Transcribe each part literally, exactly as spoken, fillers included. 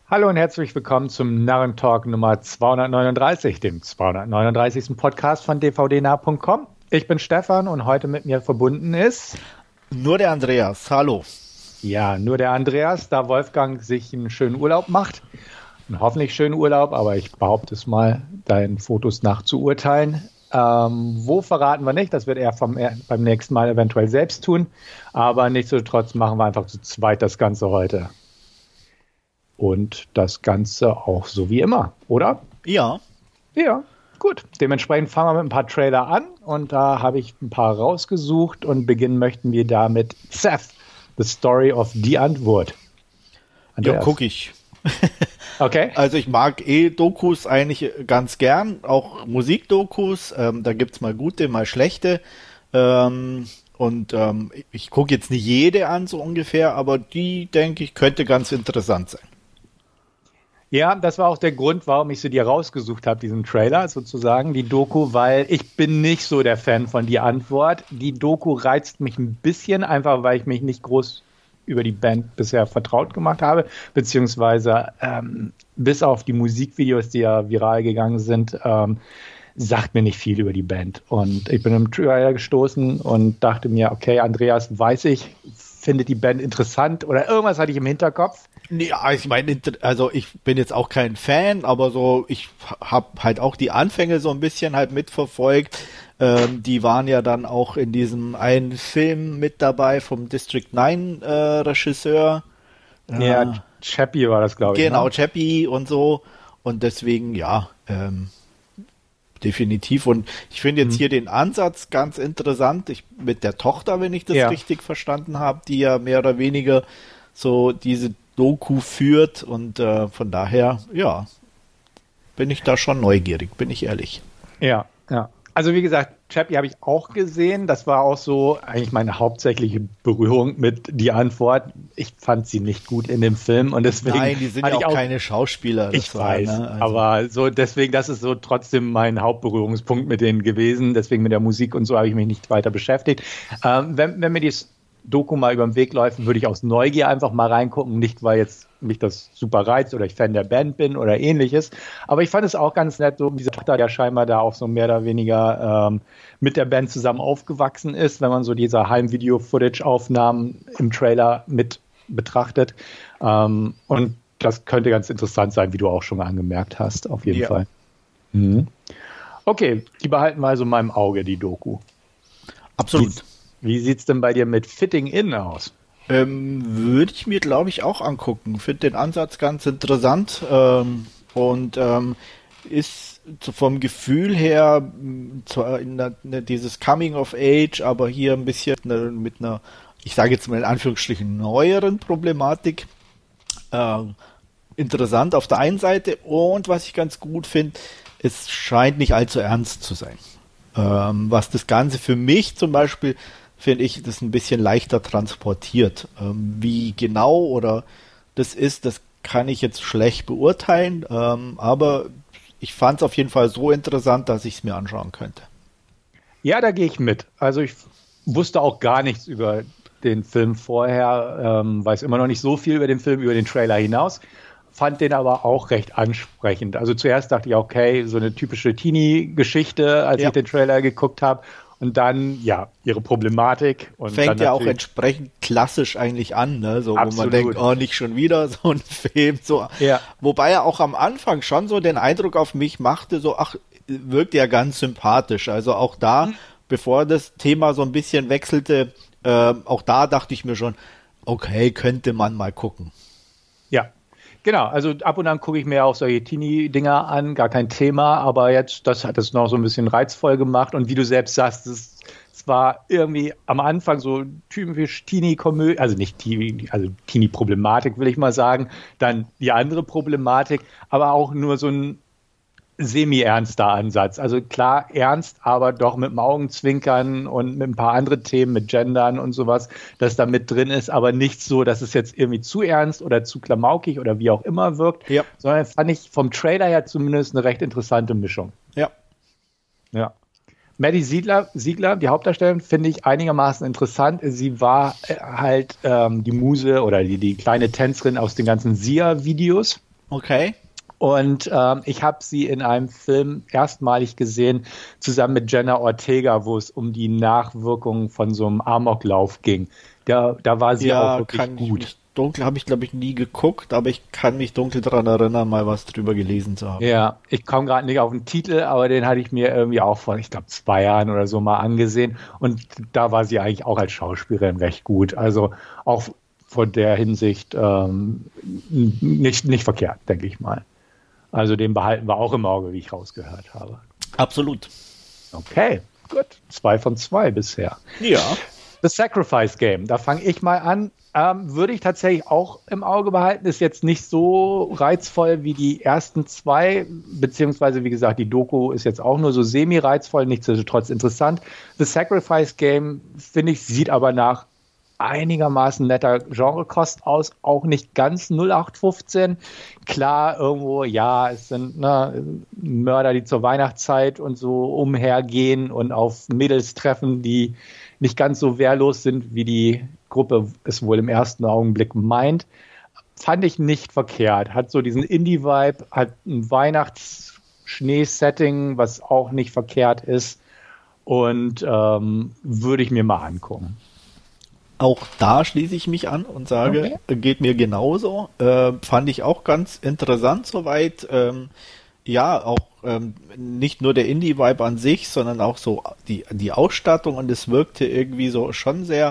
Hallo und herzlich willkommen zum Narrentalk Nummer zweihundertneununddreißig, dem zweihundertneununddreißigsten Podcast von d v d nah punkt com. Ich bin Stefan und heute mit mir verbunden ist... Nur der Andreas, hallo. Ja, nur der Andreas, da Wolfgang sich einen schönen Urlaub macht. Einen hoffentlich schönen Urlaub, aber ich behaupte es mal, deinen Fotos nach zu urteilen. Ähm, wo verraten wir nicht, das wird er vom, beim nächsten Mal eventuell selbst tun. Aber nichtsdestotrotz machen wir einfach zu zweit das Ganze heute. Und das Ganze auch so wie immer, oder? Ja. Ja, gut. Dementsprechend fangen wir mit ein paar Trailer an. Und da habe ich ein paar rausgesucht. Und beginnen möchten wir da mit Seth, The Story of die Antwort. Andreas. Ja, gucke ich. Okay. Also ich mag eh Dokus eigentlich ganz gern, auch Musikdokus. Ähm, da gibt es mal gute, mal schlechte. Ähm, und ähm, ich gucke jetzt nicht jede an, so ungefähr, aber die, denke ich, könnte ganz interessant sein. Ja, das war auch der Grund, warum ich sie dir rausgesucht habe, diesen Trailer sozusagen, die Doku, weil ich bin nicht so der Fan von Die Antwort. Die Doku reizt mich ein bisschen, einfach weil ich mich nicht groß über die Band bisher vertraut gemacht habe, beziehungsweise ähm, bis auf die Musikvideos, die ja viral gegangen sind, ähm, sagt mir nicht viel über die Band. Und ich bin im Trailer gestoßen und dachte mir, okay, Andreas, weiß ich, findet die Band interessant oder irgendwas hatte ich im Hinterkopf. Ja, ich meine, also ich bin jetzt auch kein Fan, aber so, ich habe halt auch die Anfänge so ein bisschen halt mitverfolgt. Ähm, die waren ja dann auch in diesem einen Film mit dabei vom District neun äh, Regisseur. Ja, äh, Chappie war das, glaube ich. Genau, ne? Chappie und so. Und deswegen, ja, ähm, definitiv. Und ich finde jetzt hm. hier den Ansatz ganz interessant. Ich, mit der Tochter, wenn ich das ja. richtig verstanden habe, die ja mehr oder weniger so diese Doku führt. Und äh, von daher, ja, bin ich da schon neugierig, bin ich ehrlich. Ja, ja. Also wie gesagt, Chappie habe ich auch gesehen. Das war auch so eigentlich meine hauptsächliche Berührung mit Die Antwort. Ich fand sie nicht gut in dem Film und deswegen. Nein, die sind ja auch, auch keine Schauspieler. Ich war, weiß, ne? also. aber so deswegen, das ist so trotzdem mein Hauptberührungspunkt mit denen gewesen. Deswegen mit der Musik und so habe ich mich nicht weiter beschäftigt. Ähm, wenn, wenn mir die Doku mal über den Weg läuft, würde ich aus Neugier einfach mal reingucken. Nicht, weil jetzt mich das super reizt oder ich Fan der Band bin oder ähnliches. Aber ich fand es auch ganz nett, so diese Tochter, der scheinbar da auch so mehr oder weniger ähm, mit der Band zusammen aufgewachsen ist, wenn man so diese Heim-Video-Footage-Aufnahmen im Trailer mit betrachtet. Ähm, und das könnte ganz interessant sein, wie du auch schon angemerkt hast, auf jeden ja. Fall. Mhm. Okay, die behalten wir also in meinem Auge, die Doku. Absolut. Wie, wie sieht es denn bei dir mit Fitting In aus? Ähm, würde ich mir, glaube ich, auch angucken. Finde den Ansatz ganz interessant ähm, und ähm, ist vom Gefühl her zwar in der, in der, dieses Coming of Age, aber hier ein bisschen ne, mit einer, ich sage jetzt mal in Anführungsstrichen, neueren Problematik. Äh, interessant auf der einen Seite und was ich ganz gut finde, es scheint nicht allzu ernst zu sein. Ähm, was das Ganze für mich zum Beispiel finde ich, das ein bisschen leichter transportiert. Ähm, wie genau oder das ist, das kann ich jetzt schlecht beurteilen, ähm, aber ich fand es auf jeden Fall so interessant, dass ich es mir anschauen könnte. Ja, da gehe ich mit. Also ich wusste auch gar nichts über den Film vorher, ähm, weiß immer noch nicht so viel über den Film, über den Trailer hinaus, fand den aber auch recht ansprechend. Also zuerst dachte ich, okay, so eine typische Teenie-Geschichte, als ja. ich den Trailer geguckt habe. Und dann, ja, ihre Problematik. Und fängt dann ja auch entsprechend klassisch eigentlich an, ne? So, absolut. Wo man denkt, oh, nicht schon wieder so ein Film. So. Ja. Wobei er auch am Anfang schon so den Eindruck auf mich machte, so, ach, wirkt ja ganz sympathisch. Also auch da, mhm. bevor das Thema so ein bisschen wechselte, äh, auch da dachte ich mir schon, okay, könnte man mal gucken. Ja. Genau, also ab und an gucke ich mir auch solche Teenie-Dinger an, gar kein Thema, aber jetzt, das hat es noch so ein bisschen reizvoll gemacht und wie du selbst sagst, es, es war irgendwie am Anfang so typisch Teenie-Komödie, also nicht Teenie, also Teenie-Problematik will ich mal sagen, dann die andere Problematik, aber auch nur so ein semi-ernster Ansatz. Also klar ernst, aber doch mit dem Augenzwinkern und mit ein paar andere Themen, mit Gendern und sowas, das da mit drin ist, aber nicht so, dass es jetzt irgendwie zu ernst oder zu klamaukig oder wie auch immer wirkt, ja. sondern fand ich vom Trailer her zumindest eine recht interessante Mischung. Ja. Ja. Maddie Ziegler, Ziegler, die Hauptdarstellerin, finde ich einigermaßen interessant. Sie war halt ähm, die Muse oder die, die kleine Tänzerin aus den ganzen Sia-Videos. Okay. Und ähm, ich habe sie in einem Film erstmalig gesehen, zusammen mit Jenna Ortega, wo es um die Nachwirkungen von so einem Amoklauf ging. Da, da war sie Ja, auch wirklich kann ich gut. mich dunkel, habe ich glaube ich nie geguckt, aber ich kann mich dunkel daran erinnern, mal was drüber gelesen zu haben. Ja, ich komme gerade nicht auf den Titel, aber den hatte ich mir irgendwie auch vor, ich glaube, zwei Jahren oder so mal angesehen. Und da war sie eigentlich auch als Schauspielerin recht gut. Also auch von der Hinsicht ähm, nicht, nicht verkehrt, denke ich mal. Also den behalten wir auch im Auge, wie ich rausgehört habe. Absolut. Okay, gut. Zwei von zwei bisher. Ja. The Sacrifice Game, da fange ich mal an. Ähm, würde ich tatsächlich auch im Auge behalten. Ist jetzt nicht so reizvoll wie die ersten zwei, beziehungsweise wie gesagt, die Doku ist jetzt auch nur so semi-reizvoll, nichtsdestotrotz interessant. The Sacrifice Game, finde ich, sieht aber nach einigermaßen netter Genrekost aus, auch nicht ganz null acht fünfzehn. Klar, irgendwo, ja, es sind ne, Mörder, die zur Weihnachtszeit und so umhergehen und auf Mädels treffen, die nicht ganz so wehrlos sind, wie die Gruppe es wohl im ersten Augenblick meint. Fand ich nicht verkehrt. Hat so diesen Indie-Vibe, hat ein Weihnachts-Schnee-Setting, was auch nicht verkehrt ist. Und ähm, würde ich mir mal angucken. Auch da schließe ich mich an und sage, okay. Geht mir genauso. Äh, fand ich auch ganz interessant soweit. Ähm, ja, auch ähm, nicht nur der Indie-Vibe an sich, sondern auch so die, die Ausstattung, und es wirkte irgendwie so schon sehr,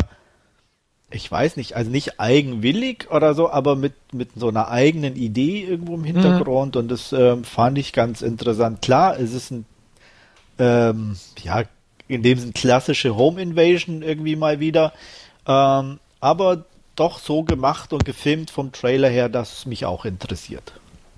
ich weiß nicht, also nicht eigenwillig oder so, aber mit, mit so einer eigenen Idee irgendwo im Hintergrund, mhm. Und das ähm, fand ich ganz interessant. Klar, es ist ein, ähm, ja, in dem Sinne klassische Home Invasion irgendwie mal wieder, ähm, aber doch so gemacht und gefilmt vom Trailer her, dass es mich auch interessiert.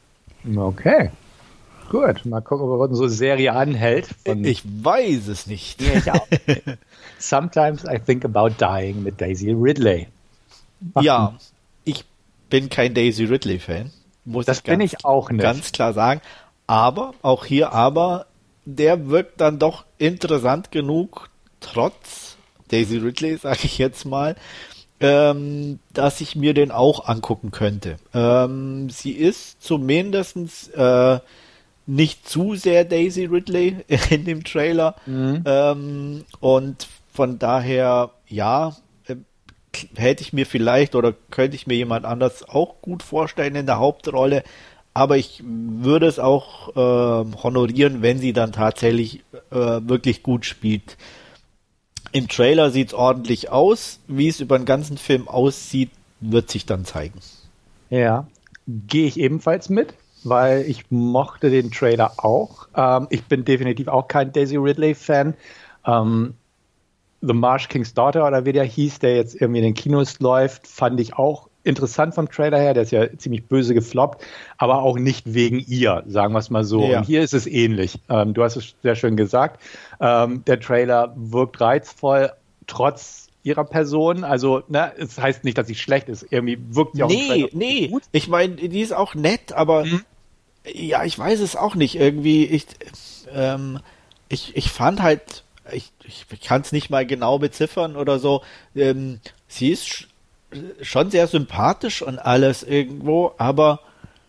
Okay. Gut, mal gucken, ob unsere Serie anhält. Von ich weiß es nicht. Ja, Sometimes I Think About Dying mit Daisy Ridley. Ach, ja, ich bin kein Daisy Ridley-Fan. Muss das ich ganz, bin ich auch nicht. Ganz klar sagen. Aber, auch hier aber, der wirkt dann doch interessant genug, trotz Daisy Ridley, sage ich jetzt mal, ähm, dass ich mir den auch angucken könnte. Ähm, sie ist zumindest äh, nicht zu sehr Daisy Ridley in dem Trailer. Mhm. Ähm, und von daher, ja, äh, hätte ich mir vielleicht oder könnte ich mir jemand anders auch gut vorstellen in der Hauptrolle. Aber ich würde es auch äh, honorieren, wenn sie dann tatsächlich äh, wirklich gut spielt. Im Trailer sieht es ordentlich aus. Wie es über den ganzen Film aussieht, wird sich dann zeigen. Ja, gehe ich ebenfalls mit, weil ich mochte den Trailer auch. Ähm, ich bin definitiv auch kein Daisy Ridley-Fan. Ähm, The Marsh King's Daughter, oder wie der hieß, der jetzt irgendwie in den Kinos läuft, fand ich auch interessant vom Trailer her. Der ist ja ziemlich böse gefloppt, aber auch nicht wegen ihr, sagen wir es mal so. Ja. Und hier ist es ähnlich. Ähm, du hast es sehr schön gesagt. Ähm, der Trailer wirkt reizvoll, trotz ihrer Person. Also, ne, es heißt nicht, dass sie schlecht ist. Irgendwie wirkt sie auch nee, im Trailer nee. gut. Ich meine, die ist auch nett, aber mhm. ja, ich weiß es auch nicht. Irgendwie, ich, ähm, ich, ich fand halt, ich, ich kann es nicht mal genau beziffern oder so. Ähm, sie ist sch- schon sehr sympathisch und alles irgendwo, aber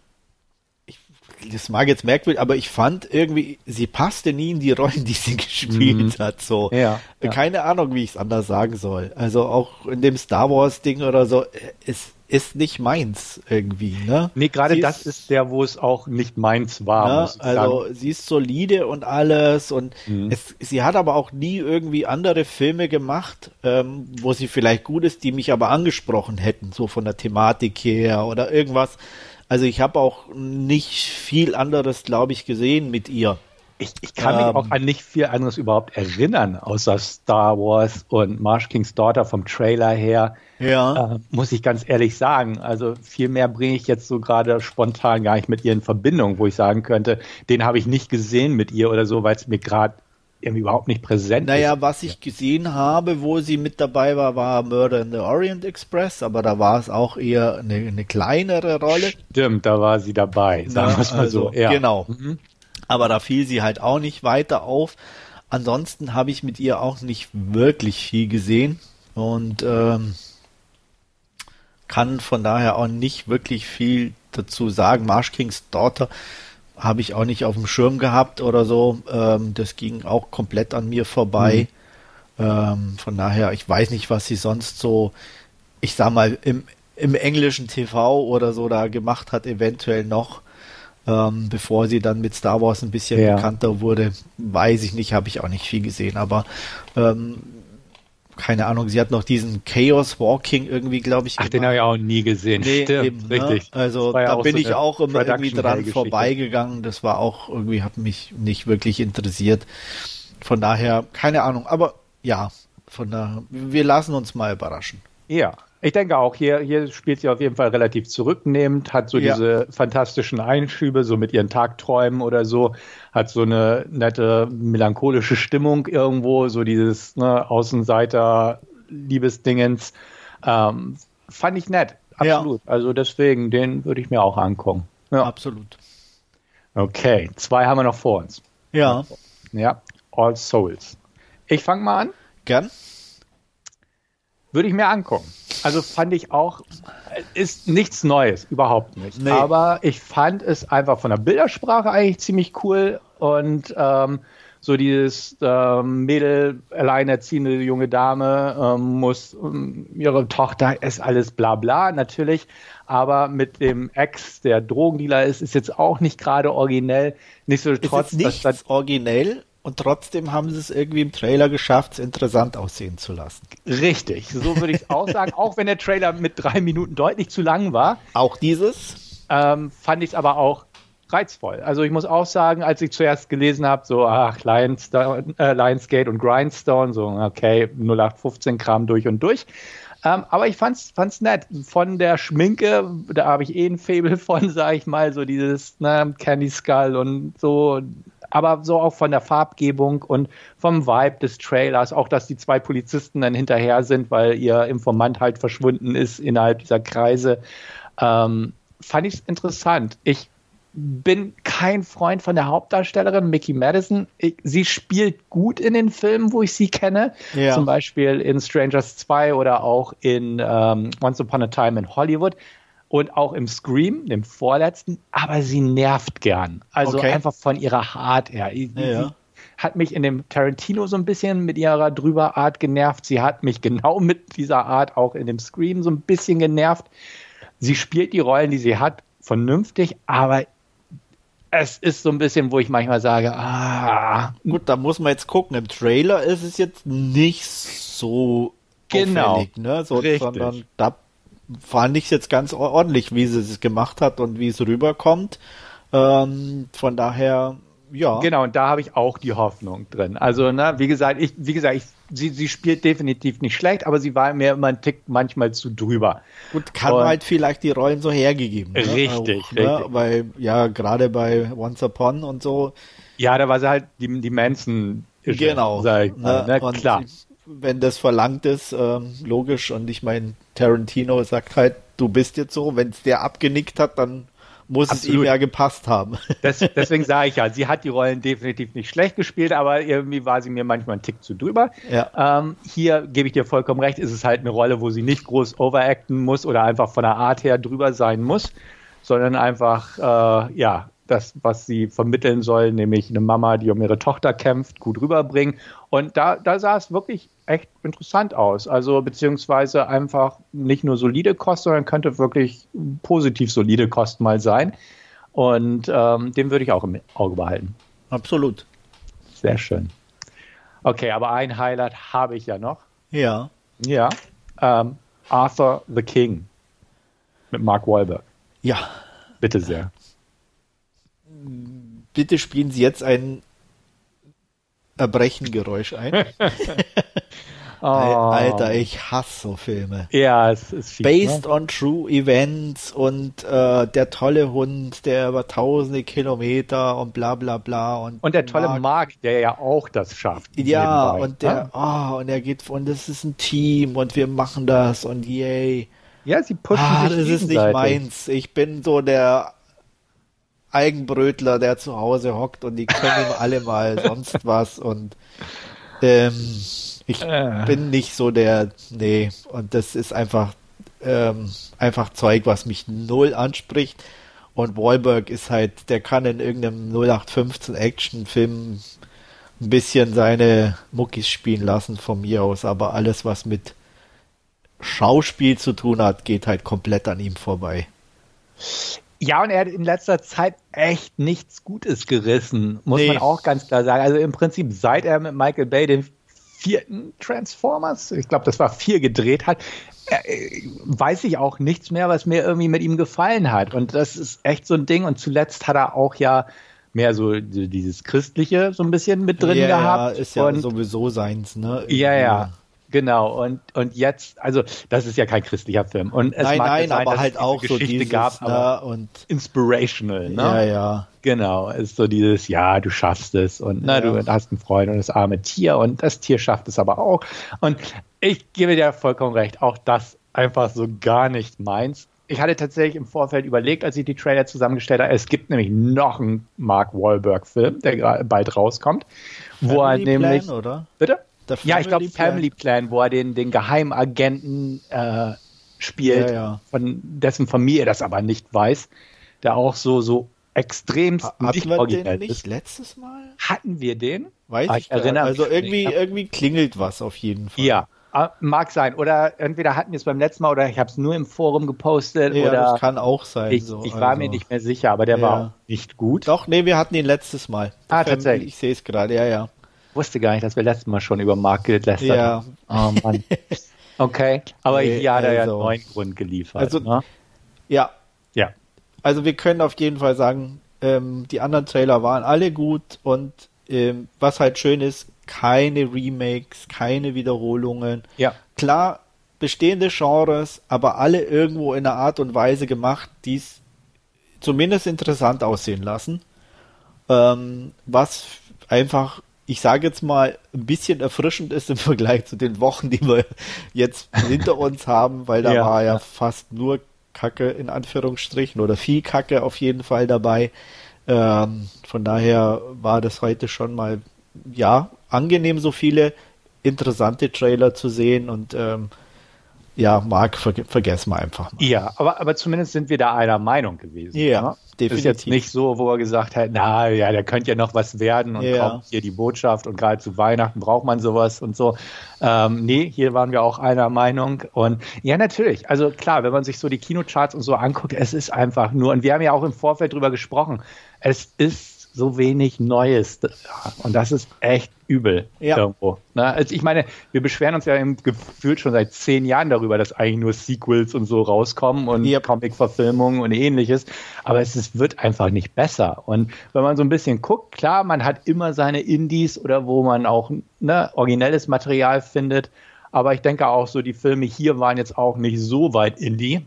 ich, das mag jetzt merkwürdig, aber ich fand irgendwie, sie passte nie in die Rollen, die sie gespielt mhm. hat, so. Ja, ja. Keine Ahnung, wie ich es anders sagen soll. Also auch in dem Star Wars Ding oder so, es ist nicht meins irgendwie, ne? Nee, gerade sie das ist, ist der, wo es auch nicht meins war, ne? muss ich also sagen. Sie ist solide und alles und mhm. es, sie hat aber auch nie irgendwie andere Filme gemacht, ähm, wo sie vielleicht gut ist, die mich aber angesprochen hätten, so von der Thematik her oder irgendwas. Also ich habe auch nicht viel anderes, glaube ich, gesehen mit ihr. Ich, ich kann mich ähm, auch an nicht viel anderes überhaupt erinnern, außer Star Wars und Marsh King's Daughter vom Trailer her. Ja. Äh, muss ich ganz ehrlich sagen. Also viel mehr bringe ich jetzt so gerade spontan gar nicht mit ihr in Verbindung, wo ich sagen könnte, den habe ich nicht gesehen mit ihr oder so, weil es mir gerade irgendwie überhaupt nicht präsent naja, ist. Naja, was ich gesehen habe, wo sie mit dabei war, war Murder in the Orient Express, aber da war es auch eher eine, eine kleinere Rolle. Stimmt, da war sie dabei, sagen wir es mal also, so. Ja. Genau. Mhm. Aber da fiel sie halt auch nicht weiter auf. Ansonsten habe ich mit ihr auch nicht wirklich viel gesehen und ähm, kann von daher auch nicht wirklich viel dazu sagen. Marsh King's Daughter habe ich auch nicht auf dem Schirm gehabt oder so. Ähm, das ging auch komplett an mir vorbei. Mhm. Ähm, von daher, ich weiß nicht, was sie sonst so, ich sag mal, im, im englischen T V oder so da gemacht hat, eventuell noch. Ähm, bevor sie dann mit Star Wars ein bisschen ja. bekannter wurde, weiß ich nicht, habe ich auch nicht viel gesehen, aber ähm, keine Ahnung, sie hat noch diesen Chaos Walking irgendwie, glaube ich, Ach, gemacht. Den habe ich auch nie gesehen. Nee, Stimmt, eben, richtig. Ne? Also da bin so ich auch immer irgendwie dran vorbeigegangen, das war auch irgendwie, hat mich nicht wirklich interessiert. Von daher, keine Ahnung, aber ja, von daher, wir lassen uns mal überraschen. Ja. Ich denke auch, hier, hier spielt sie auf jeden Fall relativ zurücknehmend, hat so ja. diese fantastischen Einschübe, so mit ihren Tagträumen oder so, hat so eine nette melancholische Stimmung irgendwo, so dieses ne, Außenseiter-Liebesdingens. Ähm, fand ich nett, absolut. Ja. Also deswegen, den würde ich mir auch angucken. Ja. Absolut. Okay, zwei haben wir noch vor uns. Ja. Ja, All Souls. Ich fange mal an. Gern. Würde ich mir angucken. Also fand ich auch, ist nichts Neues, überhaupt nicht. Nee. Aber ich fand es einfach von der Bildersprache eigentlich ziemlich cool und ähm, so dieses ähm, Mädel, alleinerziehende junge Dame, ähm, muss ähm, ihre Tochter, ist alles bla bla natürlich, aber mit dem Ex, der Drogendealer ist, ist jetzt auch nicht gerade originell. Nichtsdestotrotz, ist jetzt nichts originell. Und trotzdem haben sie es irgendwie im Trailer geschafft, es interessant aussehen zu lassen. Richtig, so würde ich es auch sagen. Auch wenn der Trailer mit drei Minuten deutlich zu lang war. Auch dieses? Ähm, fand ich es aber auch reizvoll. Also ich muss auch sagen, als ich zuerst gelesen habe, so, ach, Lionsgate, äh, Lionsgate und Grindstone, so, okay, null acht fünfzehn Kram durch und durch. Ähm, aber ich fand's, fand's nett. Von der Schminke, da habe ich eh ein Faible von, sage ich mal, so dieses ne, Candy Skull und so. Aber so auch von der Farbgebung und vom Vibe des Trailers, auch dass die zwei Polizisten dann hinterher sind, weil ihr Informant halt verschwunden ist innerhalb dieser Kreise, ähm, fand ich es interessant. Ich bin kein Freund von der Hauptdarstellerin Mickey Madison. Ich, sie spielt gut in den Filmen, wo ich sie kenne. Ja. Zum Beispiel in Strangers zwei oder auch in ähm, Once Upon a Time in Hollywood. Und auch im Scream, dem vorletzten, aber sie nervt gern. Also okay. einfach von ihrer Art her. Sie ja. hat mich in dem Tarantino so ein bisschen mit ihrer Drüberart genervt. Sie hat mich genau mit dieser Art auch in dem Scream so ein bisschen genervt. Sie spielt die Rollen, die sie hat, vernünftig, aber es ist so ein bisschen, wo ich manchmal sage, ah. Gut, da muss man jetzt gucken. Im Trailer ist es jetzt nicht so genau. auffällig, ne? So, Richtig. Sondern da fand ich es jetzt ganz ordentlich, wie sie es gemacht hat und wie es rüberkommt. Ähm, von daher, ja. Genau, und da habe ich auch die Hoffnung drin. Also, ne, wie gesagt, ich, wie gesagt, ich, sie, sie spielt definitiv nicht schlecht, aber sie war mir immer ein Tick manchmal zu drüber. Gut, kann und halt vielleicht die Rollen so hergegeben. Ne? Richtig, auch, richtig. Ne? Weil, ja, gerade bei Once Upon und so. Ja, da war sie halt die, die Manson. Genau. Sag ich mal, ne? Und klar. Wenn das verlangt ist, ähm, logisch. Und ich meine, Tarantino sagt halt, du bist jetzt so. Wenn es der abgenickt hat, dann muss Absolut. Es ihm ja gepasst haben. Das, deswegen sage ich ja, sie hat die Rollen definitiv nicht schlecht gespielt, aber irgendwie war sie mir manchmal ein Tick zu drüber. Ja. Ähm, hier gebe ich dir vollkommen recht, ist es halt eine Rolle, wo sie nicht groß overacten muss oder einfach von der Art her drüber sein muss, sondern einfach, äh, ja, das, was sie vermitteln soll, nämlich eine Mama, die um ihre Tochter kämpft, gut rüberbringen. Und da, da sah es wirklich echt interessant aus. Also beziehungsweise einfach nicht nur solide Kost, sondern könnte wirklich positiv solide Kost mal sein. Und ähm, den würde ich auch im Auge behalten. Absolut. Sehr schön. Okay, aber ein Highlight habe ich ja noch. Ja. Ja. Ähm, Arthur the King mit Mark Wahlberg. Ja. Bitte sehr. Bitte spielen Sie jetzt ein Erbrechengeräusch ein. Oh. Alter, ich hasse so Filme. Ja, es ist viel. Based ne? on true events und äh, der tolle Hund, der über tausende Kilometer und bla bla bla. Und, und der tolle Mark, Mark, der ja auch das schafft. Ja, nebenbei. und der, oh, und er geht, und das ist ein Team und wir machen das und yay. Ja, sie pushen ah, sich das ist nicht meins. Ich bin so der Eigenbrötler, der zu Hause hockt und die können alle mal sonst was und ähm, ich äh. bin nicht so der, nee, und das ist einfach, ähm, einfach Zeug, was mich null anspricht. Und Wahlberg ist halt, der kann in irgendeinem null acht fünfzehn Actionfilm ein bisschen seine Muckis spielen lassen von mir aus, aber alles, was mit Schauspiel zu tun hat, geht halt komplett an ihm vorbei. Ja, und er hat in letzter Zeit echt nichts Gutes gerissen, muss nee. man auch ganz klar sagen. Also im Prinzip, seit er mit Michael Bay den vierten Transformers, ich glaube, das war vier, gedreht hat, äh, weiß ich auch nichts mehr, was mir irgendwie mit ihm gefallen hat. Und das ist echt so ein Ding. Und zuletzt hat er auch ja mehr so dieses Christliche so ein bisschen mit drin ja, gehabt. Ja, ist ja und, sowieso seins, ne? Irgendwie. Ja, ja. Genau, und, und jetzt, also das ist ja kein christlicher Film. Und es nein, mag nein, sein, aber dass halt es auch Geschichte so dieses, gab, aber und inspirational, ne? Ja, ja. Genau, ist so dieses, ja, du schaffst es und ja. ne, du hast einen Freund und das arme Tier und das Tier schafft es aber auch. Und ich gebe dir vollkommen recht, auch das einfach so gar nicht meins. Ich hatte tatsächlich im Vorfeld überlegt, als ich die Trailer zusammengestellt habe, es gibt nämlich noch einen Mark Wahlberg-Film, der bald rauskommt, Family wo er nämlich, Plan, oder? Bitte? Ja, ich glaube Family Plan, wo er den, den Geheimagenten äh, spielt, ja, ja. von dessen Familie das aber nicht weiß, der auch so, so extremst ha, nicht wir originell den nicht ist. letztes Mal? Hatten wir den? Weiß ah, ich ich erinnere Also mich irgendwie, nicht. irgendwie klingelt was auf jeden Fall. Ja, mag sein. Oder entweder hatten wir es beim letzten Mal oder ich habe es nur im Forum gepostet. Ja, oder das kann auch sein. Ich, so. ich war also, mir nicht mehr sicher, aber der ja. war auch nicht gut. Doch, nee, wir hatten ihn letztes Mal. Ah, tatsächlich. Ich sehe es gerade, ja, ja. Wusste gar nicht, dass wir letztes Mal schon über Mark gelästert ja. haben. Oh Mann. Okay, aber nee, hier hat er ja also, einen neuen Grund geliefert. Also, ne? ja. Ja. Also wir können auf jeden Fall sagen, ähm, die anderen Trailer waren alle gut und ähm, was halt schön ist, keine Remakes, keine Wiederholungen. Ja. Klar, bestehende Genres, aber alle irgendwo in einer Art und Weise gemacht, die es zumindest interessant aussehen lassen. Ähm, was einfach, ich sage jetzt mal, ein bisschen erfrischend ist im Vergleich zu den Wochen, die wir jetzt hinter uns haben, weil da ja. war ja fast nur Kacke in Anführungsstrichen oder viel Kacke auf jeden Fall dabei. Ähm, von daher war das heute schon mal, ja, angenehm, so viele interessante Trailer zu sehen und ähm, ja, Marc, ver vergessen wir einfach mal. Ja, aber, aber zumindest sind wir da einer Meinung gewesen. Ja, ne? definitiv. Ist jetzt nicht so, wo er gesagt hat, na ja, da könnte ja noch was werden und ja. kommt hier die Botschaft und gerade zu Weihnachten braucht man sowas und so. Ähm, nee, hier waren wir auch einer Meinung und ja, natürlich, also klar, wenn man sich so die Kinocharts und so anguckt, es ist einfach nur, und wir haben ja auch im Vorfeld drüber gesprochen, es ist so wenig Neues und das ist echt übel ja. irgendwo. Ne? Also ich meine, wir beschweren uns ja im Gefühl schon seit zehn Jahren darüber, dass eigentlich nur Sequels und so rauskommen und yep. Comic-Verfilmungen und ähnliches, aber es ist, wird einfach nicht besser. Und wenn man so ein bisschen guckt, klar, man hat immer seine Indies oder wo man auch ne, originelles Material findet, aber ich denke auch so, die Filme hier waren jetzt auch nicht so weit Indie,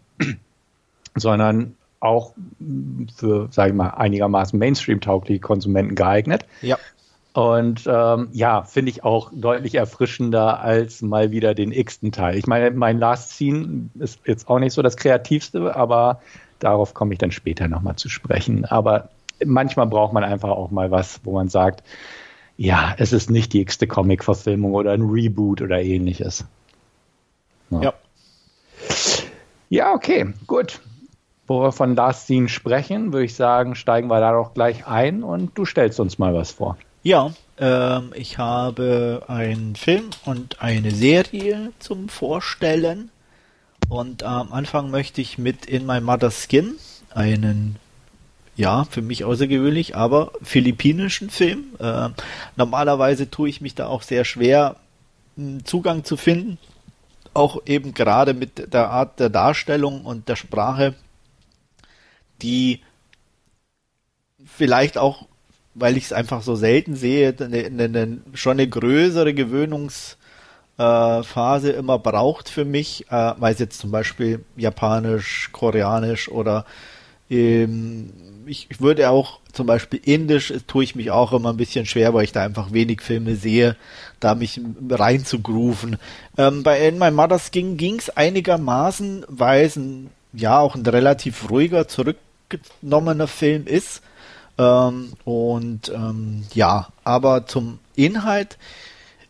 sondern auch für, sage ich mal, einigermaßen Mainstream-taugliche Konsumenten geeignet. Ja. Und ähm, ja, finde ich auch deutlich erfrischender als mal wieder den x-ten Teil. Ich meine, mein Last Scene ist jetzt auch nicht so das Kreativste, aber darauf komme ich dann später nochmal zu sprechen. Aber manchmal braucht man einfach auch mal was, wo man sagt, ja, es ist nicht die x-te Comic-Verfilmung oder ein Reboot oder ähnliches. Ja. Ja, ja okay, gut. Wo wir von Last Scene sprechen, würde ich sagen, steigen wir da doch gleich ein und du stellst uns mal was vor. Ja, ähm, ich habe einen Film und eine Serie zum Vorstellen und am Anfang möchte ich mit In My Mother's Skin, einen, ja, für mich außergewöhnlich, aber philippinischen Film. Äh, normalerweise tue ich mich da auch sehr schwer, einen Zugang zu finden, auch eben gerade mit der Art der Darstellung und der Sprache, die vielleicht auch, weil ich es einfach so selten sehe, eine, eine, schon eine größere Gewöhnungsphase äh, immer braucht für mich, äh, weil es jetzt zum Beispiel Japanisch, Koreanisch oder ähm, ich, ich würde auch zum Beispiel Indisch, tue ich mich auch immer ein bisschen schwer, weil ich da einfach wenig Filme sehe, da mich rein zu grooven. Ähm, bei In My Mother's Skin ging es einigermaßen, weil es ein, ja auch ein relativ ruhiger, zurückgenommener Film ist. Ähm, und ähm, ja, aber zum Inhalt,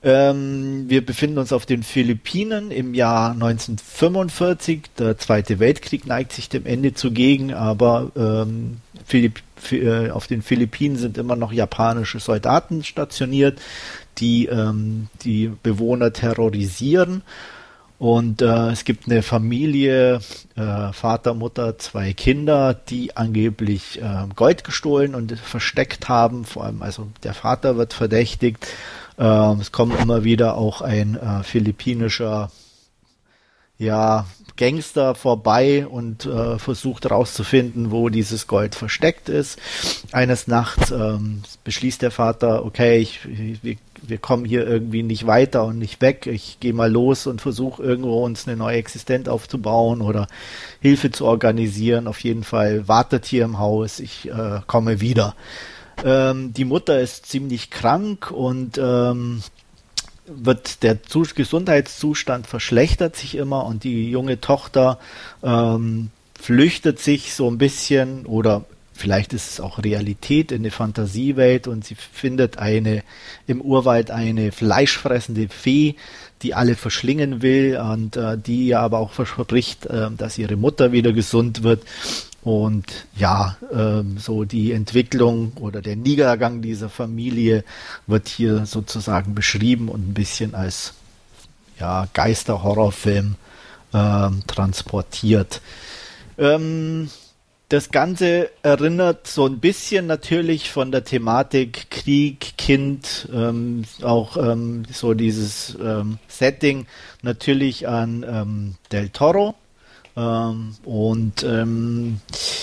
Ähm, wir befinden uns auf den Philippinen im Jahr neunzehnhundertfünfundvierzig. Der Zweite Weltkrieg neigt sich dem Ende zugegen, aber ähm, Philipp, äh, auf den Philippinen sind immer noch japanische Soldaten stationiert, die ähm, die Bewohner terrorisieren. Und äh, es gibt eine Familie, äh, Vater, Mutter, zwei Kinder, die angeblich äh, Gold gestohlen und versteckt haben. Vor allem, also der Vater wird verdächtigt. Äh, es kommt immer wieder auch ein äh, philippinischer ja, Gangster vorbei und äh, versucht herauszufinden, wo dieses Gold versteckt ist. Eines Nachts ähm, beschließt der Vater, okay, ich, wir, wir kommen hier irgendwie nicht weiter und nicht weg. Ich gehe mal los und versuche irgendwo uns eine neue Existenz aufzubauen oder Hilfe zu organisieren. Auf jeden Fall wartet hier im Haus, ich äh, komme wieder. Ähm, die Mutter ist ziemlich krank und ähm, wird der Zus- Gesundheitszustand verschlechtert sich immer und die junge Tochter ähm, flüchtet sich so ein bisschen oder vielleicht ist es auch Realität in eine Fantasiewelt und sie findet eine im Urwald eine fleischfressende Fee, die alle verschlingen will und äh, die ihr aber auch verspricht, äh, dass ihre Mutter wieder gesund wird. Und ja, ähm, so die Entwicklung oder der Niedergang dieser Familie wird hier sozusagen beschrieben und ein bisschen als ja, Geister-Horrorfilm ähm, transportiert. Ähm, das Ganze erinnert so ein bisschen natürlich von der Thematik Krieg, Kind, ähm, auch ähm, so dieses ähm, Setting natürlich an ähm, Del Toro. Ähm, und ähm,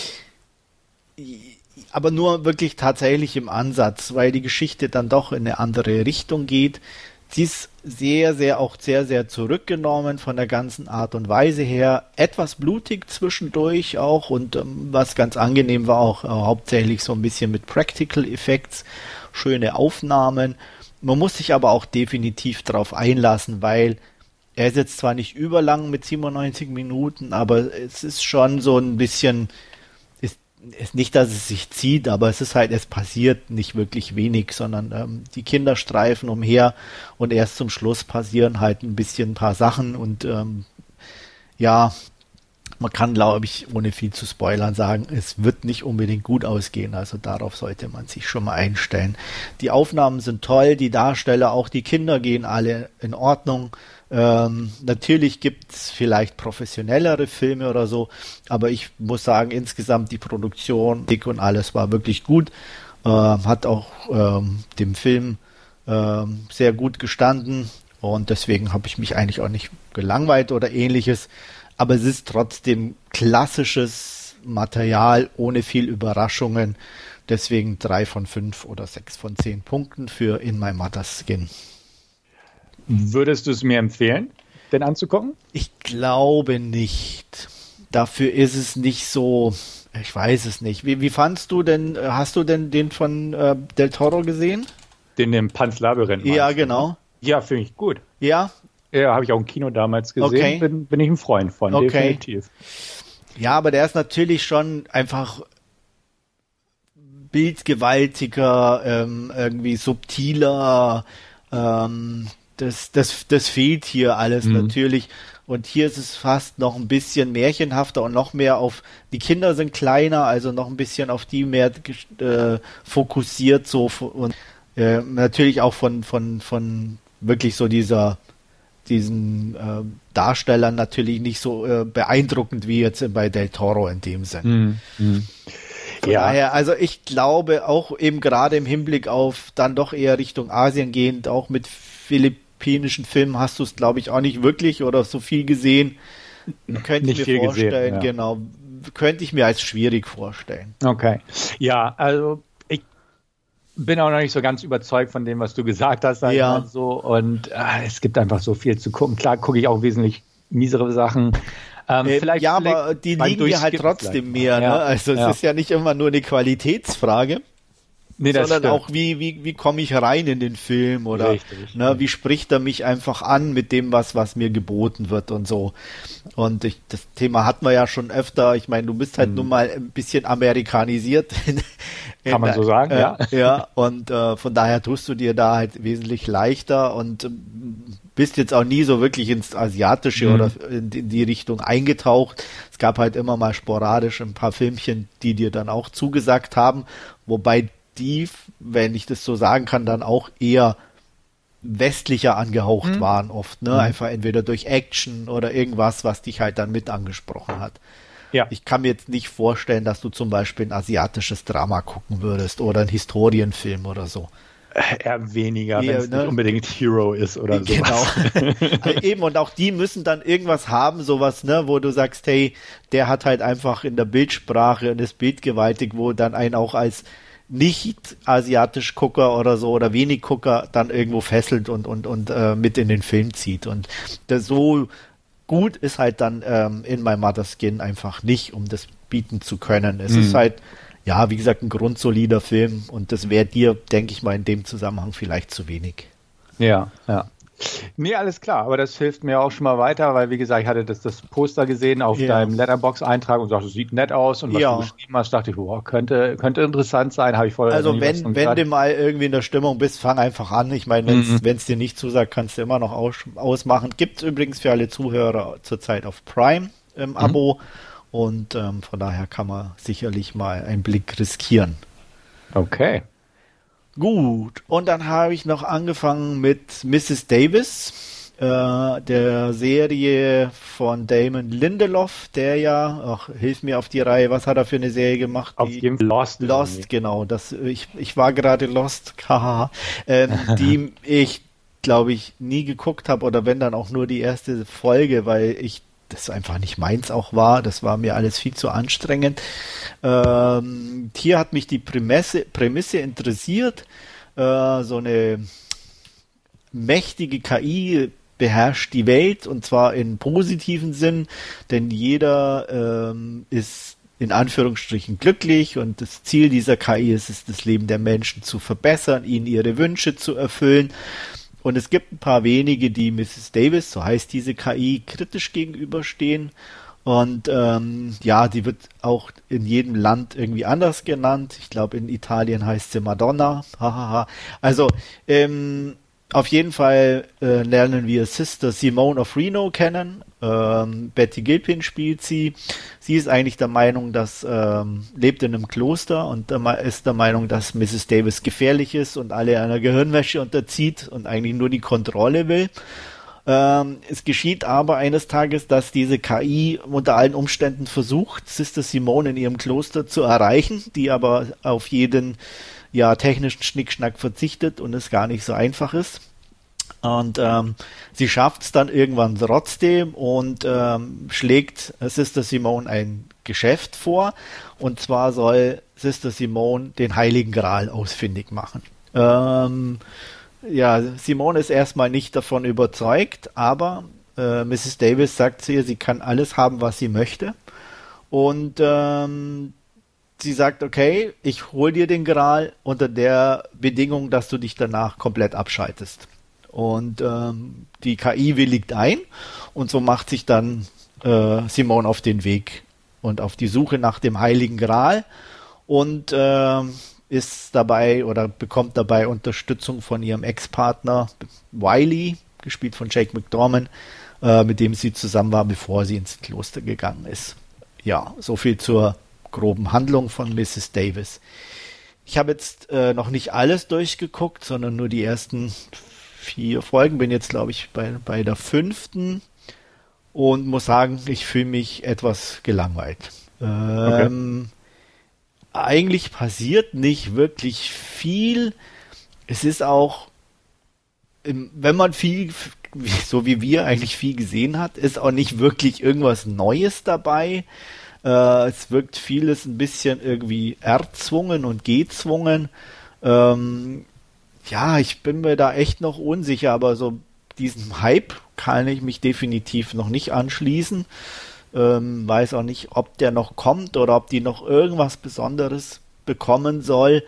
aber nur wirklich tatsächlich im Ansatz, weil die Geschichte dann doch in eine andere Richtung geht. Sie ist sehr, sehr, auch sehr, sehr zurückgenommen von der ganzen Art und Weise her. Etwas blutig zwischendurch auch und ähm, was ganz angenehm war auch äh, hauptsächlich so ein bisschen mit Practical Effects, schöne Aufnahmen. Man muss sich aber auch definitiv darauf einlassen, weil er ist jetzt zwar nicht überlang mit siebenundneunzig Minuten, aber es ist schon so ein bisschen, ist, ist nicht, dass es sich zieht, aber es ist halt, es passiert nicht wirklich wenig, sondern ähm, die Kinder streifen umher und erst zum Schluss passieren halt ein bisschen ein paar Sachen und ähm, ja, man kann, glaube ich, ohne viel zu spoilern sagen, es wird nicht unbedingt gut ausgehen, also darauf sollte man sich schon mal einstellen. Die Aufnahmen sind toll, die Darsteller, auch die Kinder gehen alle in Ordnung. Ähm, natürlich gibt es vielleicht professionellere Filme oder so, aber ich muss sagen, insgesamt die Produktion, dick und alles war wirklich gut, äh, hat auch ähm, dem Film ähm, sehr gut gestanden und deswegen habe ich mich eigentlich auch nicht gelangweilt oder ähnliches, aber es ist trotzdem klassisches Material ohne viel Überraschungen, deswegen drei von fünf oder sechs von zehn Punkten für In My Mother's Skin. Würdest du es mir empfehlen, den anzugucken? Ich glaube nicht. Dafür ist es nicht so, ich weiß es nicht. Wie, wie fandst du denn, hast du denn den von äh, Del Toro gesehen? Den im Pan's Labyrinth? Ja, genau. Ja, finde ich gut. Ja? Ja, habe ich auch im Kino damals gesehen. Okay. Bin, bin ich ein Freund von, okay. definitiv. Ja, aber der ist natürlich schon einfach bildgewaltiger, ähm, irgendwie subtiler, ähm, Das, das, das fehlt hier alles mhm. natürlich. Und hier ist es fast noch ein bisschen märchenhafter und noch mehr auf, die Kinder sind kleiner, also noch ein bisschen auf die mehr äh, fokussiert so und äh, natürlich auch von, von, von wirklich so dieser, diesen äh, Darstellern natürlich nicht so äh, beeindruckend wie jetzt bei Del Toro in dem Sinn. Mhm. Von ja. daher, also ich glaube auch eben gerade im Hinblick auf dann doch eher Richtung Asien gehend, auch mit philippinischen Filmen hast du es, glaube ich, auch nicht wirklich oder so viel gesehen. Könnte nicht ich mir vorstellen, gesehen, ja. genau. Könnte ich mir als schwierig vorstellen. Okay. Ja, also ich bin auch noch nicht so ganz überzeugt von dem, was du gesagt hast. Ja. So. Und äh, es gibt einfach so viel zu gucken. Klar gucke ich auch wesentlich miesere Sachen. Ähm, ähm, vielleicht, ja, vielleicht aber die liegen dir halt trotzdem mehr. Ja, ne? Also es ja. ist ja nicht immer nur eine Qualitätsfrage. Nee, sondern stimmt. Auch, wie, wie, wie komme ich rein in den Film oder Richtig, ne, wie spricht er mich einfach an mit dem, was, was mir geboten wird und so. Und ich, das Thema hatten wir ja schon öfter. Ich meine, du bist halt mhm. nun mal ein bisschen amerikanisiert Kann man so sagen, äh, ja. Ja, und äh, von daher tust du dir da halt wesentlich leichter und äh, bist jetzt auch nie so wirklich ins Asiatische mhm. oder in, in die Richtung eingetaucht. Es gab halt immer mal sporadisch ein paar Filmchen, die dir dann auch zugesagt haben, wobei die, wenn ich das so sagen kann, dann auch eher westlicher angehaucht mhm. waren oft, ne? Mhm. Einfach entweder durch Action oder irgendwas, was dich halt dann mit angesprochen hat. Ja. Ich kann mir jetzt nicht vorstellen, dass du zum Beispiel ein asiatisches Drama gucken würdest oder einen Historienfilm oder so. Eher weniger, wenn es ne? nicht unbedingt Hero ist oder so. Genau. Also eben, und auch die müssen dann irgendwas haben, sowas, ne, wo du sagst, hey, der hat halt einfach in der Bildsprache und ist bildgewaltig, wo dann einen auch als nicht-asiatisch Gucker oder so oder wenig Gucker dann irgendwo fesselt und, und, und äh, mit in den Film zieht. Und das so gut ist halt dann ähm, in My Mother's Skin einfach nicht, um das bieten zu können. Es mhm. ist halt, ja, wie gesagt, ein grundsolider Film und das wäre dir, denke ich mal, in dem Zusammenhang vielleicht zu wenig. Ja, ja. Nee, alles klar, aber das hilft mir auch schon mal weiter, weil wie gesagt, ich hatte das, das Poster gesehen auf ja. deinem Letterboxd-Eintrag und sagte, es sieht nett aus und was ja. du geschrieben hast, dachte ich, wow, könnte, könnte interessant sein, habe ich vorher Also nie wenn, wenn du mal irgendwie in der Stimmung bist, fang einfach an. Ich meine, wenn es mhm. dir nicht zusagt, kannst du immer noch aus, ausmachen. Gibt es übrigens für alle Zuhörer zurzeit auf Prime im Abo mhm. und ähm, von daher kann man sicherlich mal einen Blick riskieren. Okay. Gut, und dann habe ich noch angefangen mit Missus Davis, äh, der Serie von Damon Lindelof, der ja, ach, hilf mir auf die Reihe, was hat er für eine Serie gemacht? Auf jeden Fall Lost. Lost, irgendwie. Genau, das, ich, ich war gerade Lost, haha, ähm, die ich, glaube ich, nie geguckt habe oder wenn dann auch nur die erste Folge, weil ich das einfach nicht meins auch war. Das war mir alles viel zu anstrengend. Ähm, hier hat mich die Prämisse, Prämisse interessiert. Äh, so eine mächtige K I beherrscht die Welt und zwar in positiven Sinn, denn jeder ähm, ist in Anführungsstrichen glücklich und das Ziel dieser K I ist es, das Leben der Menschen zu verbessern, ihnen ihre Wünsche zu erfüllen. Und es gibt ein paar wenige, die Missus Davis, so heißt diese K I, kritisch gegenüberstehen. Und ähm, ja, die wird auch in jedem Land irgendwie anders genannt. Ich glaube, in Italien heißt sie Madonna. Hahaha. Also ähm, auf jeden Fall äh, lernen wir Sister Simone of Reno kennen. Ähm, Betty Gilpin spielt sie. Sie ist eigentlich der Meinung, dass ähm, lebt in einem Kloster und der, ist der Meinung, dass Missus Davis gefährlich ist und alle einer Gehirnwäsche unterzieht und eigentlich nur die Kontrolle will. Ähm, es geschieht aber eines Tages, dass diese K I unter allen Umständen versucht, Sister Simone in ihrem Kloster zu erreichen, die aber auf jeden ja, technischen Schnickschnack verzichtet und es gar nicht so einfach ist. Und ähm, sie schafft es dann irgendwann trotzdem und ähm, schlägt Sister Simone ein Geschäft vor. Und zwar soll Sister Simone den Heiligen Gral ausfindig machen. Ähm, ja, Simone ist erstmal nicht davon überzeugt, aber äh, Missus Davis sagt zu ihr, sie kann alles haben, was sie möchte. Und ähm, sie sagt, okay, ich hol dir den Gral unter der Bedingung, dass du dich danach komplett abschaltest. Und ähm, die K I willigt ein und so macht sich dann äh, Simone auf den Weg und auf die Suche nach dem Heiligen Gral und äh, ist dabei oder bekommt dabei Unterstützung von ihrem Ex-Partner Wiley, gespielt von Jake McDorman, äh, mit dem sie zusammen war, bevor sie ins Kloster gegangen ist. Ja, so viel zur groben Handlung von Missus Davis. Ich habe jetzt äh, noch nicht alles durchgeguckt, sondern nur die ersten vier Folgen, bin jetzt glaube ich bei, bei der fünften und muss sagen, ich fühle mich etwas gelangweilt. Ähm, okay. Eigentlich passiert nicht wirklich viel. Es ist auch, wenn man viel, so wie wir eigentlich viel gesehen hat, ist auch nicht wirklich irgendwas Neues dabei. Äh, es wirkt vieles ein bisschen irgendwie erzwungen und gezwungen. Ähm, Ja, ich bin mir da echt noch unsicher, aber so diesem Hype kann ich mich definitiv noch nicht anschließen. Ähm, weiß auch nicht, ob der noch kommt oder ob die noch irgendwas Besonderes bekommen soll.